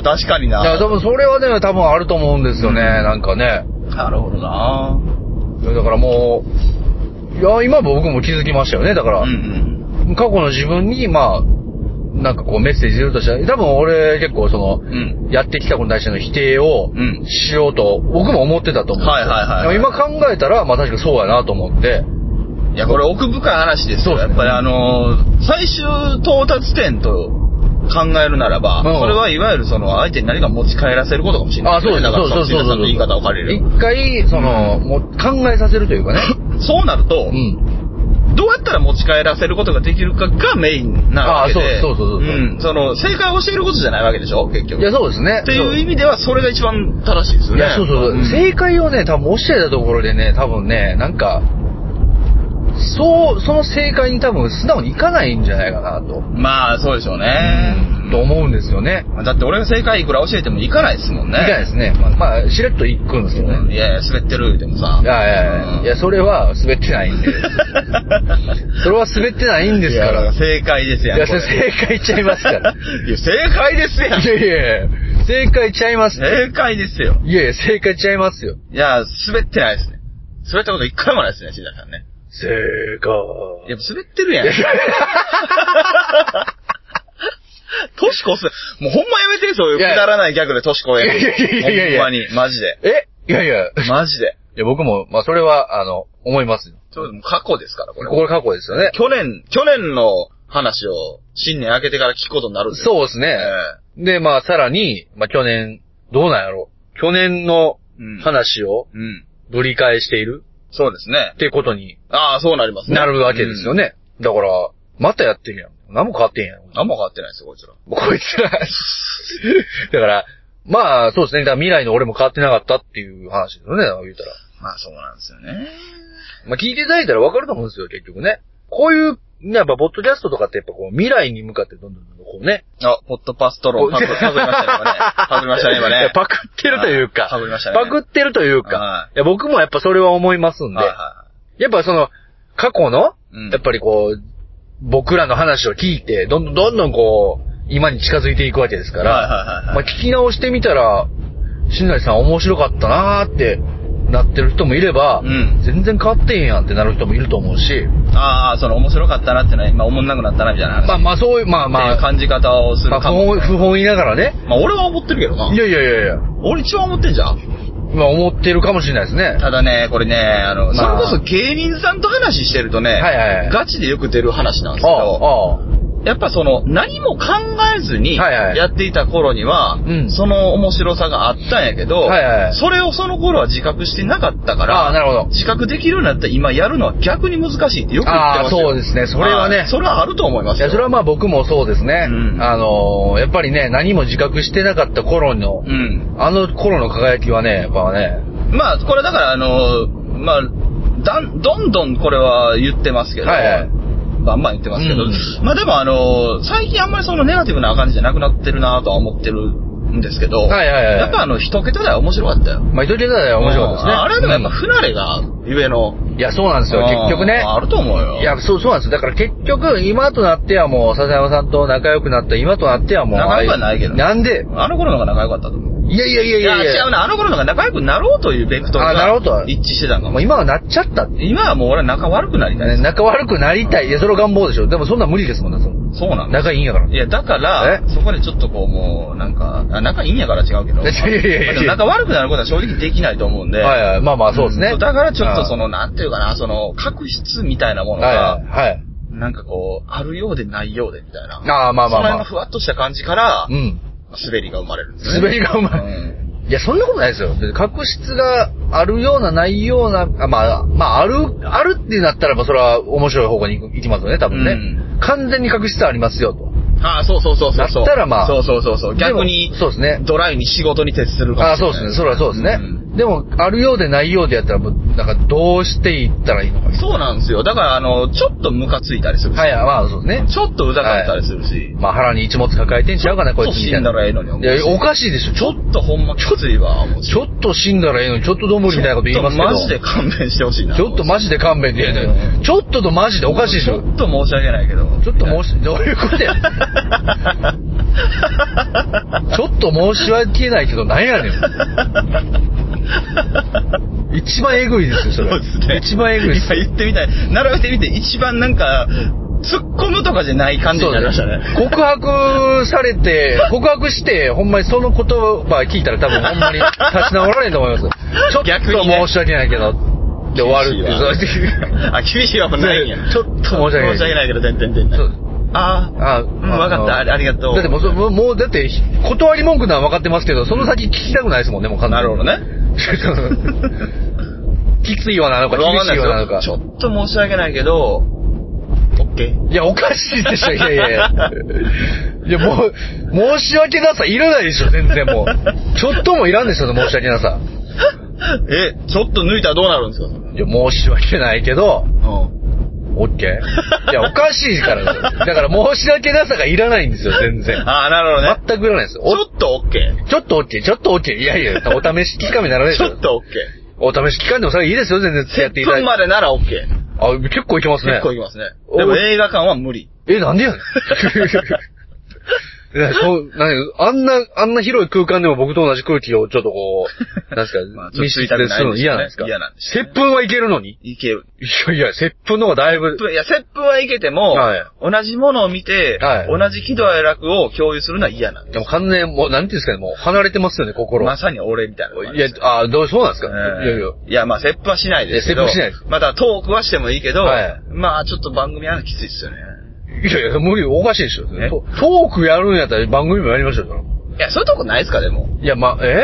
[SPEAKER 1] 確かにな。
[SPEAKER 2] いや、多分それはね、多分あると思うんですよね、なんかね。
[SPEAKER 1] なるほどな。
[SPEAKER 2] だからもう、いや、今僕も気づきましたよね。だから、過去の自分に、まあ、なんかこうメッセージするとしたら、多分俺結構その、やってきたことに対しての否定をしようと、僕も思ってたと思うんですよ。今考えたら、まあ確かにそうやなと思って。
[SPEAKER 1] いや、これ奥深い話ですよ。やっぱり最終到達点と考えるならば、それはいわゆるその相手に何か持ち帰らせることかもしれない。
[SPEAKER 2] そうです。
[SPEAKER 1] だからその新田さんの言い方を借りる。
[SPEAKER 2] 一回、もう考えさせるというかね。
[SPEAKER 1] そうなると、どうやったら持ち帰らせることができるかがメインなわけで。
[SPEAKER 2] そう。
[SPEAKER 1] その、正解を教えることじゃないわけでしょ結局。
[SPEAKER 2] いや、そうですね。
[SPEAKER 1] っていう意味では、それが一番正しいですよね。
[SPEAKER 2] いや、そう。正解をね、多分教えたところでね、多分ね、なんか、その正解に多分素直にいかないんじゃないかなと。
[SPEAKER 1] まあ、そうでしょうね。
[SPEAKER 2] と思うんですよね。
[SPEAKER 1] だって俺が正解いくら教えてもいかないですもんね。
[SPEAKER 2] いかないですね。まあ、しれっといくんですよね。
[SPEAKER 1] いや、滑ってるでもさ。
[SPEAKER 2] いや、それは滑ってないんで。それは滑ってないんですから。
[SPEAKER 1] 正解ですやん。
[SPEAKER 2] いや、それ正解ちゃいますから。
[SPEAKER 1] いや、正解ですやん。
[SPEAKER 2] いや、正解ちゃいます。
[SPEAKER 1] 正解ですよ。
[SPEAKER 2] いや、正解ちゃいますよ。
[SPEAKER 1] いや、滑ってないですね。滑ったこと一回もないですね、新田さんね。
[SPEAKER 2] 正解。
[SPEAKER 1] やっぱ滑ってるやん。年越す。もうほんまやめて、そういうくだらないギャグで年越える。ほんまに、マジで。
[SPEAKER 2] いや。
[SPEAKER 1] マジで。
[SPEAKER 2] いや、僕も、まあ、それは、思いますよ。
[SPEAKER 1] そう、過去ですから、これ。
[SPEAKER 2] これ過去ですよね。
[SPEAKER 1] 去年の話を、新年明けてから聞くことになるんです
[SPEAKER 2] そうですね。で、まあ、さらに、まあ、去年どうなんやろ。去年の話をぶり返している、
[SPEAKER 1] そうですね。
[SPEAKER 2] っていうことに。
[SPEAKER 1] ああ、そうなりますね。
[SPEAKER 2] なるわけですよね。だから、またやってるやん。何も変わってんやん。
[SPEAKER 1] 何も変わってないですよ、こいつら。
[SPEAKER 2] こいつら。だから、まあ、そうですね。だから未来の俺も変わってなかったっていう話ですよね、言うたら。
[SPEAKER 1] まあ、そうなんですよね。
[SPEAKER 2] まあ、聞いていただいたらわかると思うんですよ、結局ね。こういう、やっぱ、ポッドキャストとかってやっぱこう、未来に向かってどんどんこうね。
[SPEAKER 1] あ、ポッドパストロン、パクりましたね、パクりましたね、今ね。
[SPEAKER 2] パクってるというか。
[SPEAKER 1] パクりましたね。
[SPEAKER 2] パクってるというか。いや、僕もやっぱそれは思いますんで。やっぱその、過去の、やっぱりこう、僕らの話を聞いて、どんどんこう、今に近づいていくわけですから、まあ聞き直してみたら、新成さん面白かったなーってなってる人もいれば、全然変わってへんやんってなる人もいると思うし。
[SPEAKER 1] ああ、その面白かったなってのは今思んなくなったなみたいな話。
[SPEAKER 2] まあそういう、まあ。
[SPEAKER 1] 感じ方をするかも。
[SPEAKER 2] 不本意ながらね。
[SPEAKER 1] まあ俺は思ってるけどな。
[SPEAKER 2] いや。
[SPEAKER 1] 俺一番思ってんじゃん。
[SPEAKER 2] まあ思ってるかもしれないですね。
[SPEAKER 1] ただね、これね、それこそ芸人さんと話してるとね、ガチでよく出る話なんですけど、やっぱその、何も考えずにやっていた頃には、その面白さがあったんやけど、それをその頃は自覚してなかったから、
[SPEAKER 2] なるほど。
[SPEAKER 1] 自覚できるようになったら今やるのは逆に難しいってよく言ってますよ。
[SPEAKER 2] そうですね。それはね。
[SPEAKER 1] それはあると思いますよ。
[SPEAKER 2] いや、それはまあ僕もそうですね。やっぱりね、何も自覚してなかった頃の、あの頃の輝きはね、やっぱね。
[SPEAKER 1] まあ、これだからまあ、どんどんこれは言ってますけど、バンバン言ってますけど、まあでも最近あんまりそのネガティブな感じじゃなくなってるなとは思ってるんですけど、やっぱ一桁台は面白かったよ。
[SPEAKER 2] まあ一桁台は面白かったですね。
[SPEAKER 1] あれでもやっぱ不慣れがゆえの。
[SPEAKER 2] いや、そうなんですよ、結局ね。
[SPEAKER 1] あると思うよ。
[SPEAKER 2] いや、そうなんですよ。だから結局、今となってはもう、笹山さんと仲良くなった今となってはもう。
[SPEAKER 1] 仲良くはないけど。
[SPEAKER 2] なんで
[SPEAKER 1] あの頃の方が仲良かったと思う。
[SPEAKER 2] いや。
[SPEAKER 1] 違うな、あの頃の方が仲良くなろうというベクトルが一致してたの。
[SPEAKER 2] もう今はなっちゃったって。
[SPEAKER 1] 今はもう俺は仲悪くなりたい。
[SPEAKER 2] 仲悪くなりたい。いや、それは願望でしょ。でもそんなん無理ですもんね、
[SPEAKER 1] そうなんだ。
[SPEAKER 2] 仲いいんやから。
[SPEAKER 1] いや、だから、そこでちょっとこうもう、なんか、仲いいんやから違うけど。いや。仲悪くなることは正直できないと思うんで。
[SPEAKER 2] まあそうですね。
[SPEAKER 1] だからちょっとなんていうかな、確執みたいなものが、なんかこう、あるようでないようでみたいな。
[SPEAKER 2] まあ。
[SPEAKER 1] その辺のふわっとした感じから、滑りが生まれるんですね。
[SPEAKER 2] 滑りが生まれる。いや、そんなことないですよ。確執があるような、ないような、まあ、あるってなったら、それは面白い方向に行きますよね、多分ね。完全に確執ありますよ、と。
[SPEAKER 1] そう。
[SPEAKER 2] だったらまあ。
[SPEAKER 1] そう。逆に、
[SPEAKER 2] そうですね。
[SPEAKER 1] ドライに仕事に徹するかもしれない。
[SPEAKER 2] そうですね。それはそうですね。でも、あるようでないようでやったら、なんか、どうしていったらいいのか。
[SPEAKER 1] そうなんですよ。だから、ちょっとムカついたりするし。
[SPEAKER 2] まあ、そうですね。
[SPEAKER 1] ちょっとうざかったりするし。
[SPEAKER 2] まあ、腹に一物抱えてんちゃうかな、こいつみたいな。
[SPEAKER 1] ちょっと死んだらええのに思う。
[SPEAKER 2] いや、おかしいでしょ。
[SPEAKER 1] ちょっとほんまきついわ、
[SPEAKER 2] ちょっと死んだらええのに、ちょっとどんぶりみたいなこと言いますけど。
[SPEAKER 1] マジで勘弁してほしいな。
[SPEAKER 2] ちょっとマジで勘弁で。ちょっととマジでおかしいでしょ。
[SPEAKER 1] ちょっと申し訳ないけど。
[SPEAKER 2] どういうことや。ちょっと申し訳ないけど、なんやねん。一番エグいですよ、それ。
[SPEAKER 1] そうですね。
[SPEAKER 2] 一番エグいです。
[SPEAKER 1] 今言ってみたい。並べてみて一番なんか、突っ込むとかじゃない感じになりましたね。
[SPEAKER 2] 告白して、ほんまにその言葉聞いたら多分ほんまに立ち直られんと思います。ちょっと申し訳ないけど、で終わるっていう。
[SPEAKER 1] 厳しいわもないんや。
[SPEAKER 2] ちょっと申し訳ないけど、
[SPEAKER 1] わかった、ありがとう。
[SPEAKER 2] だってもう、だって、断り文句なのは分かってますけど、その先聞きたくないですもんね、もう完全に。
[SPEAKER 1] なるほどね。
[SPEAKER 2] きついようなのか、厳しいようなのか。
[SPEAKER 1] ちょっと申し訳ないけど、オッケー。
[SPEAKER 2] いや、おかしいでしょ、いや。いや、もう、申し訳なさいらないでしょ、全然もう。ちょっともいらんでしょ、申し訳なさ。
[SPEAKER 1] ちょっと抜いたらどうなるんですか？
[SPEAKER 2] いや、申し訳ないけど、オッケー？いや、おかしいからだから申し訳なさがいらないんですよ、全然。
[SPEAKER 1] なるほどね。
[SPEAKER 2] 全くいらないです。
[SPEAKER 1] ちょっとオッケー。
[SPEAKER 2] ちょっとオッケー。いや、お試し期間にならないでしょ。
[SPEAKER 1] ちょっとオッケ
[SPEAKER 2] ー。お試し期間でもそれいいですよ、全然やっていただいて。
[SPEAKER 1] 10分までならオッケー。
[SPEAKER 2] 結構いけますね。
[SPEAKER 1] 結構いけますね。でも映画館は無理。
[SPEAKER 2] なんでやねん。あんな広い空間でも僕と同じ空気をちょっとこう、なんすか、密室でするの嫌なんですか？
[SPEAKER 1] 嫌なんです。
[SPEAKER 2] 接吻はいけるのに？
[SPEAKER 1] いける。
[SPEAKER 2] いや、接吻の方がだいぶ。
[SPEAKER 1] いや、接吻はいけても、同じものを見て、同じ喜怒哀楽を共有するのは嫌なんです。
[SPEAKER 2] でも完全にもう、なんていうんですかね、もう離れてますよね、心。
[SPEAKER 1] まさに俺みたいな。
[SPEAKER 2] いや、そうなんですか？
[SPEAKER 1] いや、まあ、接吻はしないですけど。
[SPEAKER 2] 接吻しないです。
[SPEAKER 1] またトークはしてもいいけど、まあ、ちょっと番組はきついですよね。
[SPEAKER 2] いや、無理、おかしいでしょ。トークやるんやったら番組もやりましょうよ。
[SPEAKER 1] いや、そういうとこないですか、でも。
[SPEAKER 2] いや、い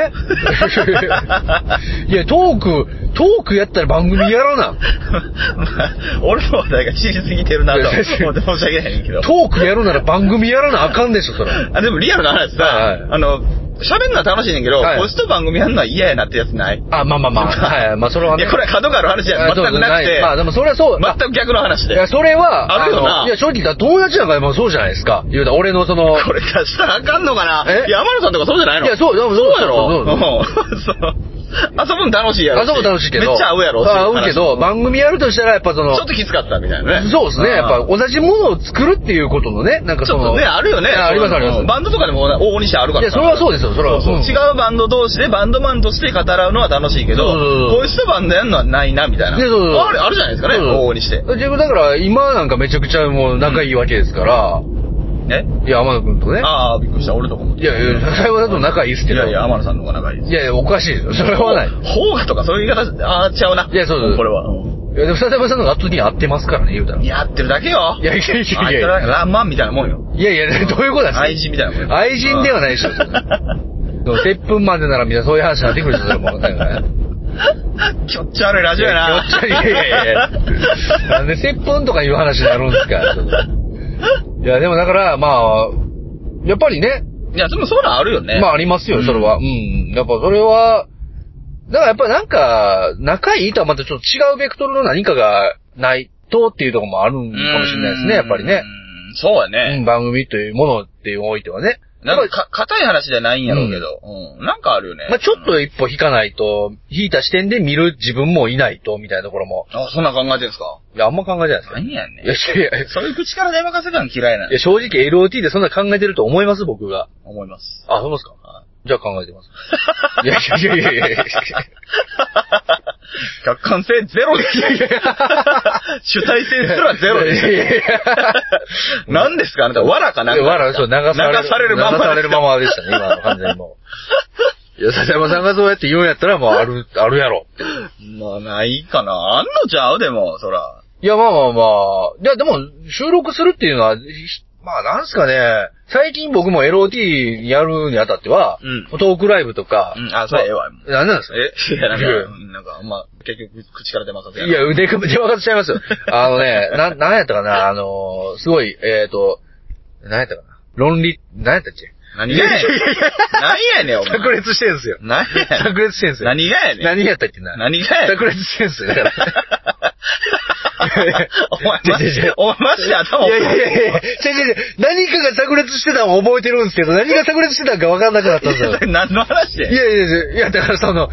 [SPEAKER 2] や、トークやったら番組やらな。
[SPEAKER 1] 俺の話題が知りすぎてるなと思って申し訳ないんだけど。
[SPEAKER 2] トークやるなら番組やらなあかんでしょ、それ。
[SPEAKER 1] でもリアルな話さ、喋るのは楽しいねんけど、こいつと番組やるのは嫌やなってやつない？
[SPEAKER 2] はい、まあそれはね。
[SPEAKER 1] いや、これは角がある話じゃ全くなくて。
[SPEAKER 2] まあでもそれはそう。
[SPEAKER 1] 全く逆の話で。
[SPEAKER 2] いや、それは、
[SPEAKER 1] あるよな。
[SPEAKER 2] いや、正直友達なんかもそうじゃないですか。言うたら俺のこ
[SPEAKER 1] れ出したらあかんのかな？いや、天野さんとかそうじゃないの？
[SPEAKER 2] いや、そうやろ。
[SPEAKER 1] そう。遊ぶの楽しいやろ。
[SPEAKER 2] 遊ぶの楽しいけど。
[SPEAKER 1] めっちゃ合うやろ。
[SPEAKER 2] 合うけど、番組やるとしたらやっぱ
[SPEAKER 1] ちょっときつかったみたいなね。
[SPEAKER 2] そうですね。やっぱ同じものを作るっていうことのね、なんか
[SPEAKER 1] ちょっとね、あるよね。
[SPEAKER 2] あります。
[SPEAKER 1] バンドとかでも往々にしてあるから。
[SPEAKER 2] いや、それはそうですよ、それは。
[SPEAKER 1] 違うバンド同士でバンドマンとして語らうのは楽しいけど、こういう人バンドやるのはないな、みたいな。あるじゃないですかね、往々にして。
[SPEAKER 2] 自分だから今なんかめちゃくちゃもう仲いいわけですから、いや、天野くんとね。
[SPEAKER 1] ああ、びっくりした。俺とかも。
[SPEAKER 2] いや、最後だと仲いいっすけど。
[SPEAKER 1] いや、天野さんの方が仲いいです。
[SPEAKER 2] いや、おかしいですよ。それはない。
[SPEAKER 1] ほうがとかそういう言い方、ちゃうな。
[SPEAKER 2] いや、そう。
[SPEAKER 1] これは。
[SPEAKER 2] いや、でも、笹山さんの方が圧倒的に合ってますからね、言うたら。
[SPEAKER 1] いや、合ってるだけよ。
[SPEAKER 2] いや、
[SPEAKER 1] ランマンみたいなもんよ。
[SPEAKER 2] いや、どういうことですか？
[SPEAKER 1] 愛人みたいなもんよ。
[SPEAKER 2] 愛人ではないでしょ。接吻までならみたいなそういう話になってくるんですよ、もう。
[SPEAKER 1] きょっちゃ悪いラジオやな。
[SPEAKER 2] いや。なんで接吻とかいう話になるんですか？いや、でもだから、まあ、やっぱりね。
[SPEAKER 1] いや、でもそういうのあるよね。
[SPEAKER 2] まあありますよ、それは。やっぱそれは、だからやっぱなんか、仲いいとはまたちょっと違うベクトルの何かがないとっていうところもあるんかもしれないですね、やっぱりね。
[SPEAKER 1] そうやね。
[SPEAKER 2] 番組というものっていうおいてはね。
[SPEAKER 1] なんか、硬い話じゃないんやろうけど、なんかあるよね。
[SPEAKER 2] まあちょっと一歩引かないと、引いた視点で見る自分もいないと、みたいなところも。
[SPEAKER 1] あ、そんな考えてるんですか？
[SPEAKER 2] いや、あんま考えてないですか？
[SPEAKER 1] 何やねん。い
[SPEAKER 2] や、
[SPEAKER 1] そういう口から出まかせたの嫌いなの。
[SPEAKER 2] いや、正直 LOT でそんな考えてると思います僕が。
[SPEAKER 1] 思います。
[SPEAKER 2] あ、そうですか？じゃあ考えてます。いや。
[SPEAKER 1] 客観性ゼロです。主体性すらゼロです。何ですかあなた、藁かなんか。
[SPEAKER 2] 藁、そう、流されるままでしたね、今の完全にもう。いや、笹山さんがそうやって言うんやったらもうあるやろ。
[SPEAKER 1] まあ、ないかな。あんのちゃうでも、そら。
[SPEAKER 2] いや、まあ。いや、でも、収録するっていうのは、まあ、なんすかね。最近僕も LOT やるにあたっては、トークライブとか。
[SPEAKER 1] それええわ。
[SPEAKER 2] 何なんですか？
[SPEAKER 1] いや、なんか、まあ、結局、口から出まかせやな。
[SPEAKER 2] いや、出まかせちゃいますよ。なんやったかな、すごい、何やったかな。何やったっけ？
[SPEAKER 1] 何がやねん。何やねん、お前。
[SPEAKER 2] 炸裂してんすよ。
[SPEAKER 1] 何やねん。
[SPEAKER 2] 炸裂してんすよ。
[SPEAKER 1] 何がやねん。
[SPEAKER 2] 何やったっけな。
[SPEAKER 1] 何がやねん。
[SPEAKER 2] 炸裂してんすよ。だから。
[SPEAKER 1] お前マジで頭
[SPEAKER 2] いや。何かが炸裂してたのを覚えてるんですけど、何が炸裂してたのか分かんなくなったんですよ。
[SPEAKER 1] 何の話で？
[SPEAKER 2] いや、だから昨日、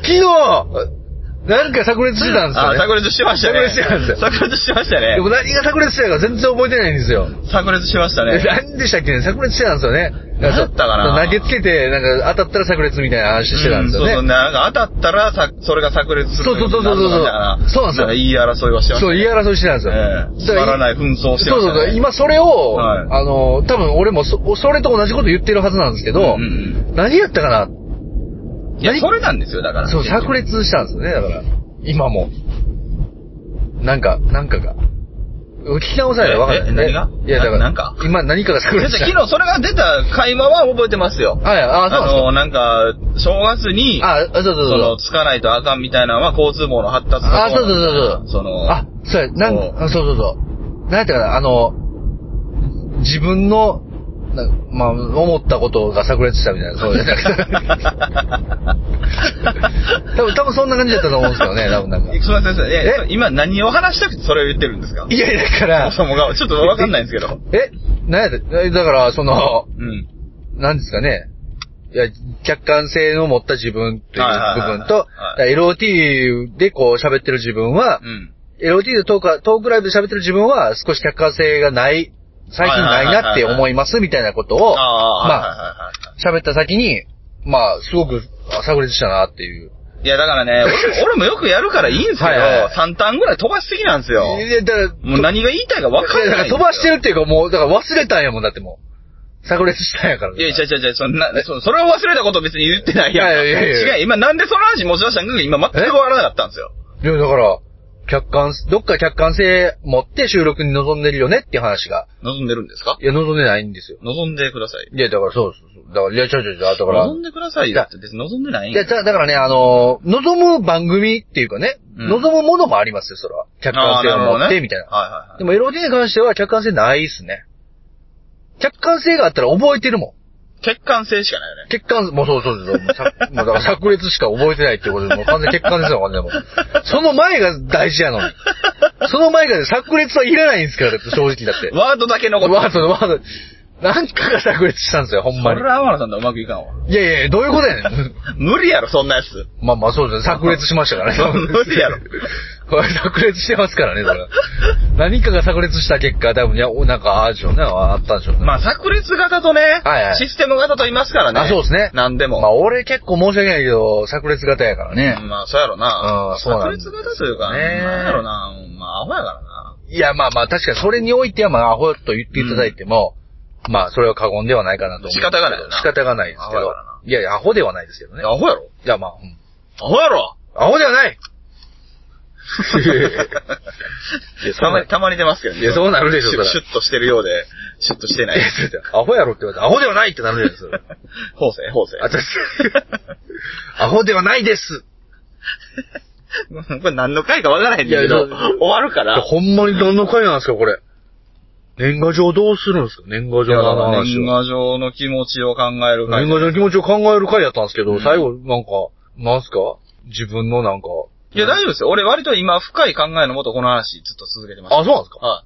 [SPEAKER 2] なんか炸裂してたんですよね。
[SPEAKER 1] 炸裂してましたね。炸裂してましたね。
[SPEAKER 2] でも何が炸裂してたか全然覚えてないんですよ。
[SPEAKER 1] 炸裂しましたね。
[SPEAKER 2] 何でしたっけね？炸裂してたんですよね。
[SPEAKER 1] 何だったかな？
[SPEAKER 2] 投げつけて、なんか当たったら炸裂みたいな話してたんですよね。
[SPEAKER 1] そう、なんか当たったらそれが炸裂する。
[SPEAKER 2] そう。そうなんですよ。
[SPEAKER 1] 言い争いはしてました。
[SPEAKER 2] そう、言い争いしてたんですよ。
[SPEAKER 1] つまらない紛争してました。
[SPEAKER 2] そう、今それを、多分俺もそれと同じこと言ってるはずなんですけど、何やったかな？
[SPEAKER 1] いや、それなんですよ、だから。
[SPEAKER 2] そう、炸裂したんですよね、だから。今も。なんかが。聞き直さないと分かんない。
[SPEAKER 1] 何が？
[SPEAKER 2] いや、だから、
[SPEAKER 1] なんか
[SPEAKER 2] 今何かが炸裂した。
[SPEAKER 1] 昨日それが出た会話は覚えてますよ。
[SPEAKER 2] そう
[SPEAKER 1] なんか、正月に、
[SPEAKER 2] そう。
[SPEAKER 1] つかないとあかんみたいなのは交通網の発達だと。
[SPEAKER 2] そう。
[SPEAKER 1] そうや、
[SPEAKER 2] そう。何やったかな、自分の、まあ、思ったことが炸裂したみたいな、そういう。多分そんな感じだったと思うんですけどね、多分なんか。
[SPEAKER 1] すみません、今何を話したくてそれを言ってるんですか？
[SPEAKER 2] いや、だから。
[SPEAKER 1] ちょっとわかんないんですけど。
[SPEAKER 2] 何やだから、何ですかね。いや、客観性の持った自分という部分と、LOT でこう喋ってる自分は、LOT でトークライブで喋ってる自分は少し客観性がない、最近ないなって思いますみたいなことを、喋った先に、すごく炸裂したなっていう。
[SPEAKER 1] いや、だからね、俺もよくやるからいいんですけど、3ターンぐらい飛ばしすぎなんですよ。いや、だから、もう何が言いたいか分かんない。
[SPEAKER 2] だから飛ばしてるっていうかもう、だから忘れたんやもん、だってもう。炸裂したんやから。
[SPEAKER 1] いや、違う、それを忘れたこと別に言ってないやん。違う、今なんでその話持ち出したんか今全くわからなかったんですよ。
[SPEAKER 2] いや、だから、 どっか客観性持って収録に臨んでるよねっていう話が。
[SPEAKER 1] 望んでるんですか？
[SPEAKER 2] いや、望んでないんですよ。
[SPEAKER 1] 望んでください。
[SPEAKER 2] いや、だからそう。だから、いや、だから。
[SPEAKER 1] 望んでくださいよって別に望んでないん
[SPEAKER 2] いや、だからね、望む番組っていうかね、望むものもありますよ、それは。客観性を持って、みたいな。はい。でも、エロ D に関しては客観性ないっすね。客観性があったら覚えてるもん。
[SPEAKER 1] 客観性しかないよね。
[SPEAKER 2] もうそう。もうだから炸裂しか覚えてないってことで、もう完全に客観性の感じだもん。その前が大事やのに。その前が炸裂はいらないんですから、正直だって。
[SPEAKER 1] ワードだけ残って。
[SPEAKER 2] ワード。なんかが炸裂したんですよ、ほんまに。
[SPEAKER 1] それは天野さんとうまくいかんわ。
[SPEAKER 2] いや、どういうことやねん。
[SPEAKER 1] 無理やろ、そんなやつ。
[SPEAKER 2] まあそうですね、炸裂しましたからね。
[SPEAKER 1] 無理やろ。
[SPEAKER 2] これ炸裂してますからね、それ。何かが炸裂した結果、多分、なんか、あったんでしょうね。
[SPEAKER 1] まあ、炸裂型とね、システム型と言いますからね。
[SPEAKER 2] そうですね。
[SPEAKER 1] なんでも。
[SPEAKER 2] まあ、俺結構申し訳ないけど、炸裂型やからね。
[SPEAKER 1] まあ、そうやろな。
[SPEAKER 2] そうなん
[SPEAKER 1] 炸裂型というか、なんやろな。まあ、アホやからな。
[SPEAKER 2] いや、まあ、確かにそれにおいては、まあ、アホと言っていただいても、まあ、それは過言ではないかなと思う。
[SPEAKER 1] 仕方がないよな。
[SPEAKER 2] 仕方がないですけど。いや、アホではないですけどね。
[SPEAKER 1] アホやろ？
[SPEAKER 2] いや、まあ、
[SPEAKER 1] アホやろ？
[SPEAKER 2] アホではない
[SPEAKER 1] たまに出ますけどね。
[SPEAKER 2] いや、そうなるでしょ、
[SPEAKER 1] シュッとしてるようで、シュッとしてない。
[SPEAKER 2] アホやろって言われて、アホではないってなるじゃないですか。
[SPEAKER 1] 法制。
[SPEAKER 2] アホではないです。
[SPEAKER 1] これ何の回かわからへんけど、終わるから。
[SPEAKER 2] ほんまに何の回なんですか、これ。年賀状どうするんですか？年賀状の話。
[SPEAKER 1] 年賀状の気持ちを考える回。
[SPEAKER 2] 年賀状の気持ちを考える回やったんですけど、最後、なんすか？自分の
[SPEAKER 1] いや、大丈夫ですよ。俺割と今深い考えのもとこの話ずっと続けてました。
[SPEAKER 2] あ、そうなんですか？
[SPEAKER 1] はい。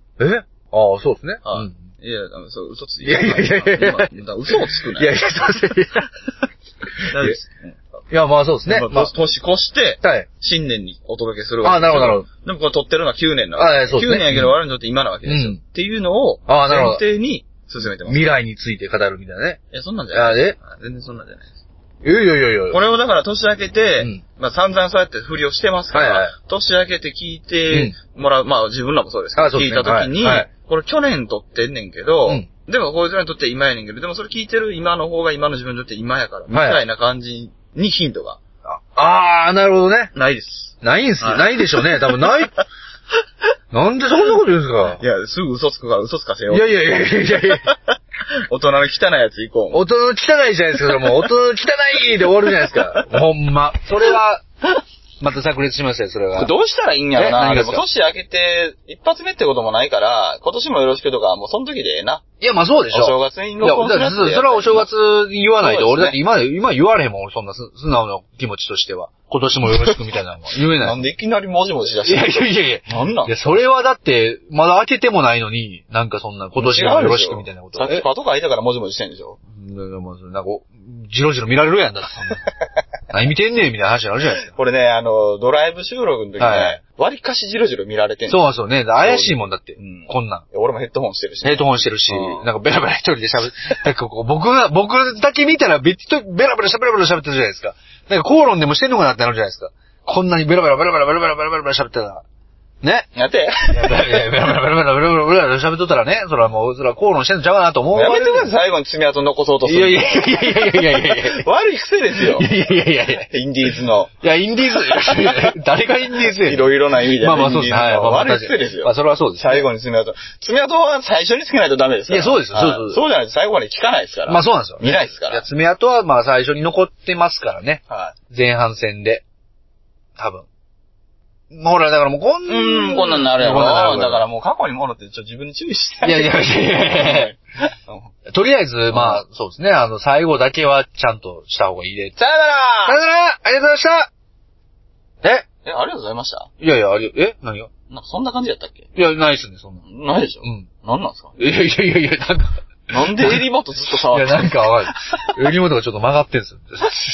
[SPEAKER 2] そうですね。
[SPEAKER 1] いや、嘘ついて。
[SPEAKER 2] いや。
[SPEAKER 1] 嘘をつくな。
[SPEAKER 2] いや、そうですね。
[SPEAKER 1] 大丈夫です。
[SPEAKER 2] いや、まあそうですね。
[SPEAKER 1] 年越して、新年にお届けする
[SPEAKER 2] わけですよ。なるほど。
[SPEAKER 1] でもこれ撮ってるのは9年なわけです。9年やけど我々にとって今なわけですよ。っていうのを、前提に進めてます。
[SPEAKER 2] 未来について語るみたいなね。
[SPEAKER 1] いや、そんなんじゃないです。全然そんなんじゃないです。
[SPEAKER 2] いや。
[SPEAKER 1] これをだから年明けて、まあ散々そうやって振りをしてますから、年明けて聞いてもらう、まあ自分らもそうですけど、聞いたときに、これ去年撮ってんねんけど、でもこいつらにとって今やねんけど、でもそれ聞いてる今の方が今の自分にとって今やから、みたいな感じにヒントが。
[SPEAKER 2] なるほどね。
[SPEAKER 1] ないです。
[SPEAKER 2] ないんすよ。ないでしょうね。多分ない。なんでそんなこと言うんですか？
[SPEAKER 1] いや、すぐ嘘つくから嘘つかせよう。
[SPEAKER 2] いや。
[SPEAKER 1] 大人の汚いやつ行こう。
[SPEAKER 2] 大人の汚いじゃないですか、もう。大人の汚いで終わるじゃないですか。ほんま。それは、また炸裂しましたよ、それは。
[SPEAKER 1] どうしたらいいんやろな。でも年明けて、一発目ってこともないから、今年もよろしくとか、もうその時でええな。
[SPEAKER 2] いや、まあそうでしょ。
[SPEAKER 1] お正月に録音するやつで。
[SPEAKER 2] それはお正月に言わないと、俺だって今言われへんもん、俺そんな素直な気持ちとしては。今年もよろしくみたいなのは言えない。
[SPEAKER 1] なんでいきなりもじもじ出してる？
[SPEAKER 2] いや。
[SPEAKER 1] なんなん？
[SPEAKER 2] いや、それはだって、まだ開けてもないのに、なんかそんな、今年もよろしくみたいなこと。
[SPEAKER 1] さっきパトカー開いたからもじもじしてんでしょ？
[SPEAKER 2] なんか、じろじろ見られるやんだって。何見てんねんみたいな話になるじゃないですか。
[SPEAKER 1] これね、ドライブ収録の時ね、割かしじろじろ見られてん
[SPEAKER 2] の。そうね。怪しいもんだって。こんなん。
[SPEAKER 1] 俺もヘッドホンしてるし。
[SPEAKER 2] なんかベラベラ一人で喋る。なんか僕だけ見たらベラベラ喋ってるじゃないですか。なんか口論でもしてんのかなってなるじゃないですか。こんなにベラベラ喋ってたら。ね。
[SPEAKER 1] やって。
[SPEAKER 2] ベラベラ喋っとったらね、それは口論してんのちゃうかなと思う。
[SPEAKER 1] やめてください、最後に爪痕残そうとする。
[SPEAKER 2] いや。
[SPEAKER 1] 悪い癖ですよ。
[SPEAKER 2] いや。
[SPEAKER 1] インディーズの。
[SPEAKER 2] いや、インディーズ、誰がインディーズや。
[SPEAKER 1] いろいろな意味で。
[SPEAKER 2] まあそうです。
[SPEAKER 1] 悪い癖ですよ。
[SPEAKER 2] まあそれはそうです。
[SPEAKER 1] 最後に爪痕。爪痕は最初につけないとダメですから。
[SPEAKER 2] いや、そうです。
[SPEAKER 1] そうじゃないと最後まで聞かないですから。
[SPEAKER 2] まあそうなんですよ。
[SPEAKER 1] 見ないですから。
[SPEAKER 2] いや、爪痕はまあ最初に残ってますからね。
[SPEAKER 1] はい。
[SPEAKER 2] 前半戦で。多分。ほら、だからもうこ
[SPEAKER 1] んなんなるやろ。だからもう過去に戻って自分に注意して。
[SPEAKER 2] いや。とりあえず、まあ、そうですね。最後だけはちゃんとした方がいいで。
[SPEAKER 1] さよなら
[SPEAKER 2] ありがとうございました
[SPEAKER 1] ありがとうございました
[SPEAKER 2] いや、何が
[SPEAKER 1] なんかそんな感じやったっけ？
[SPEAKER 2] いや、ないっすね、そんな。
[SPEAKER 1] ないでしょ？なんなんすか？
[SPEAKER 2] いや、なんか。
[SPEAKER 1] なんで襟元ずっと触って
[SPEAKER 2] いや、なんかわかる。襟元がちょっと曲がってんすよ。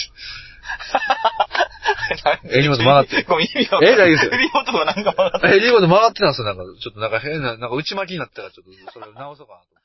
[SPEAKER 2] 襟元曲がってる。
[SPEAKER 1] ごめん、意味が。
[SPEAKER 2] 大丈夫ですよ。
[SPEAKER 1] 襟元がなんか曲がってる。
[SPEAKER 2] 襟元曲がってたんですよ。なんか、ちょっとなんか変な、なんか内巻きになったから、ちょっとそれを直そうかなと。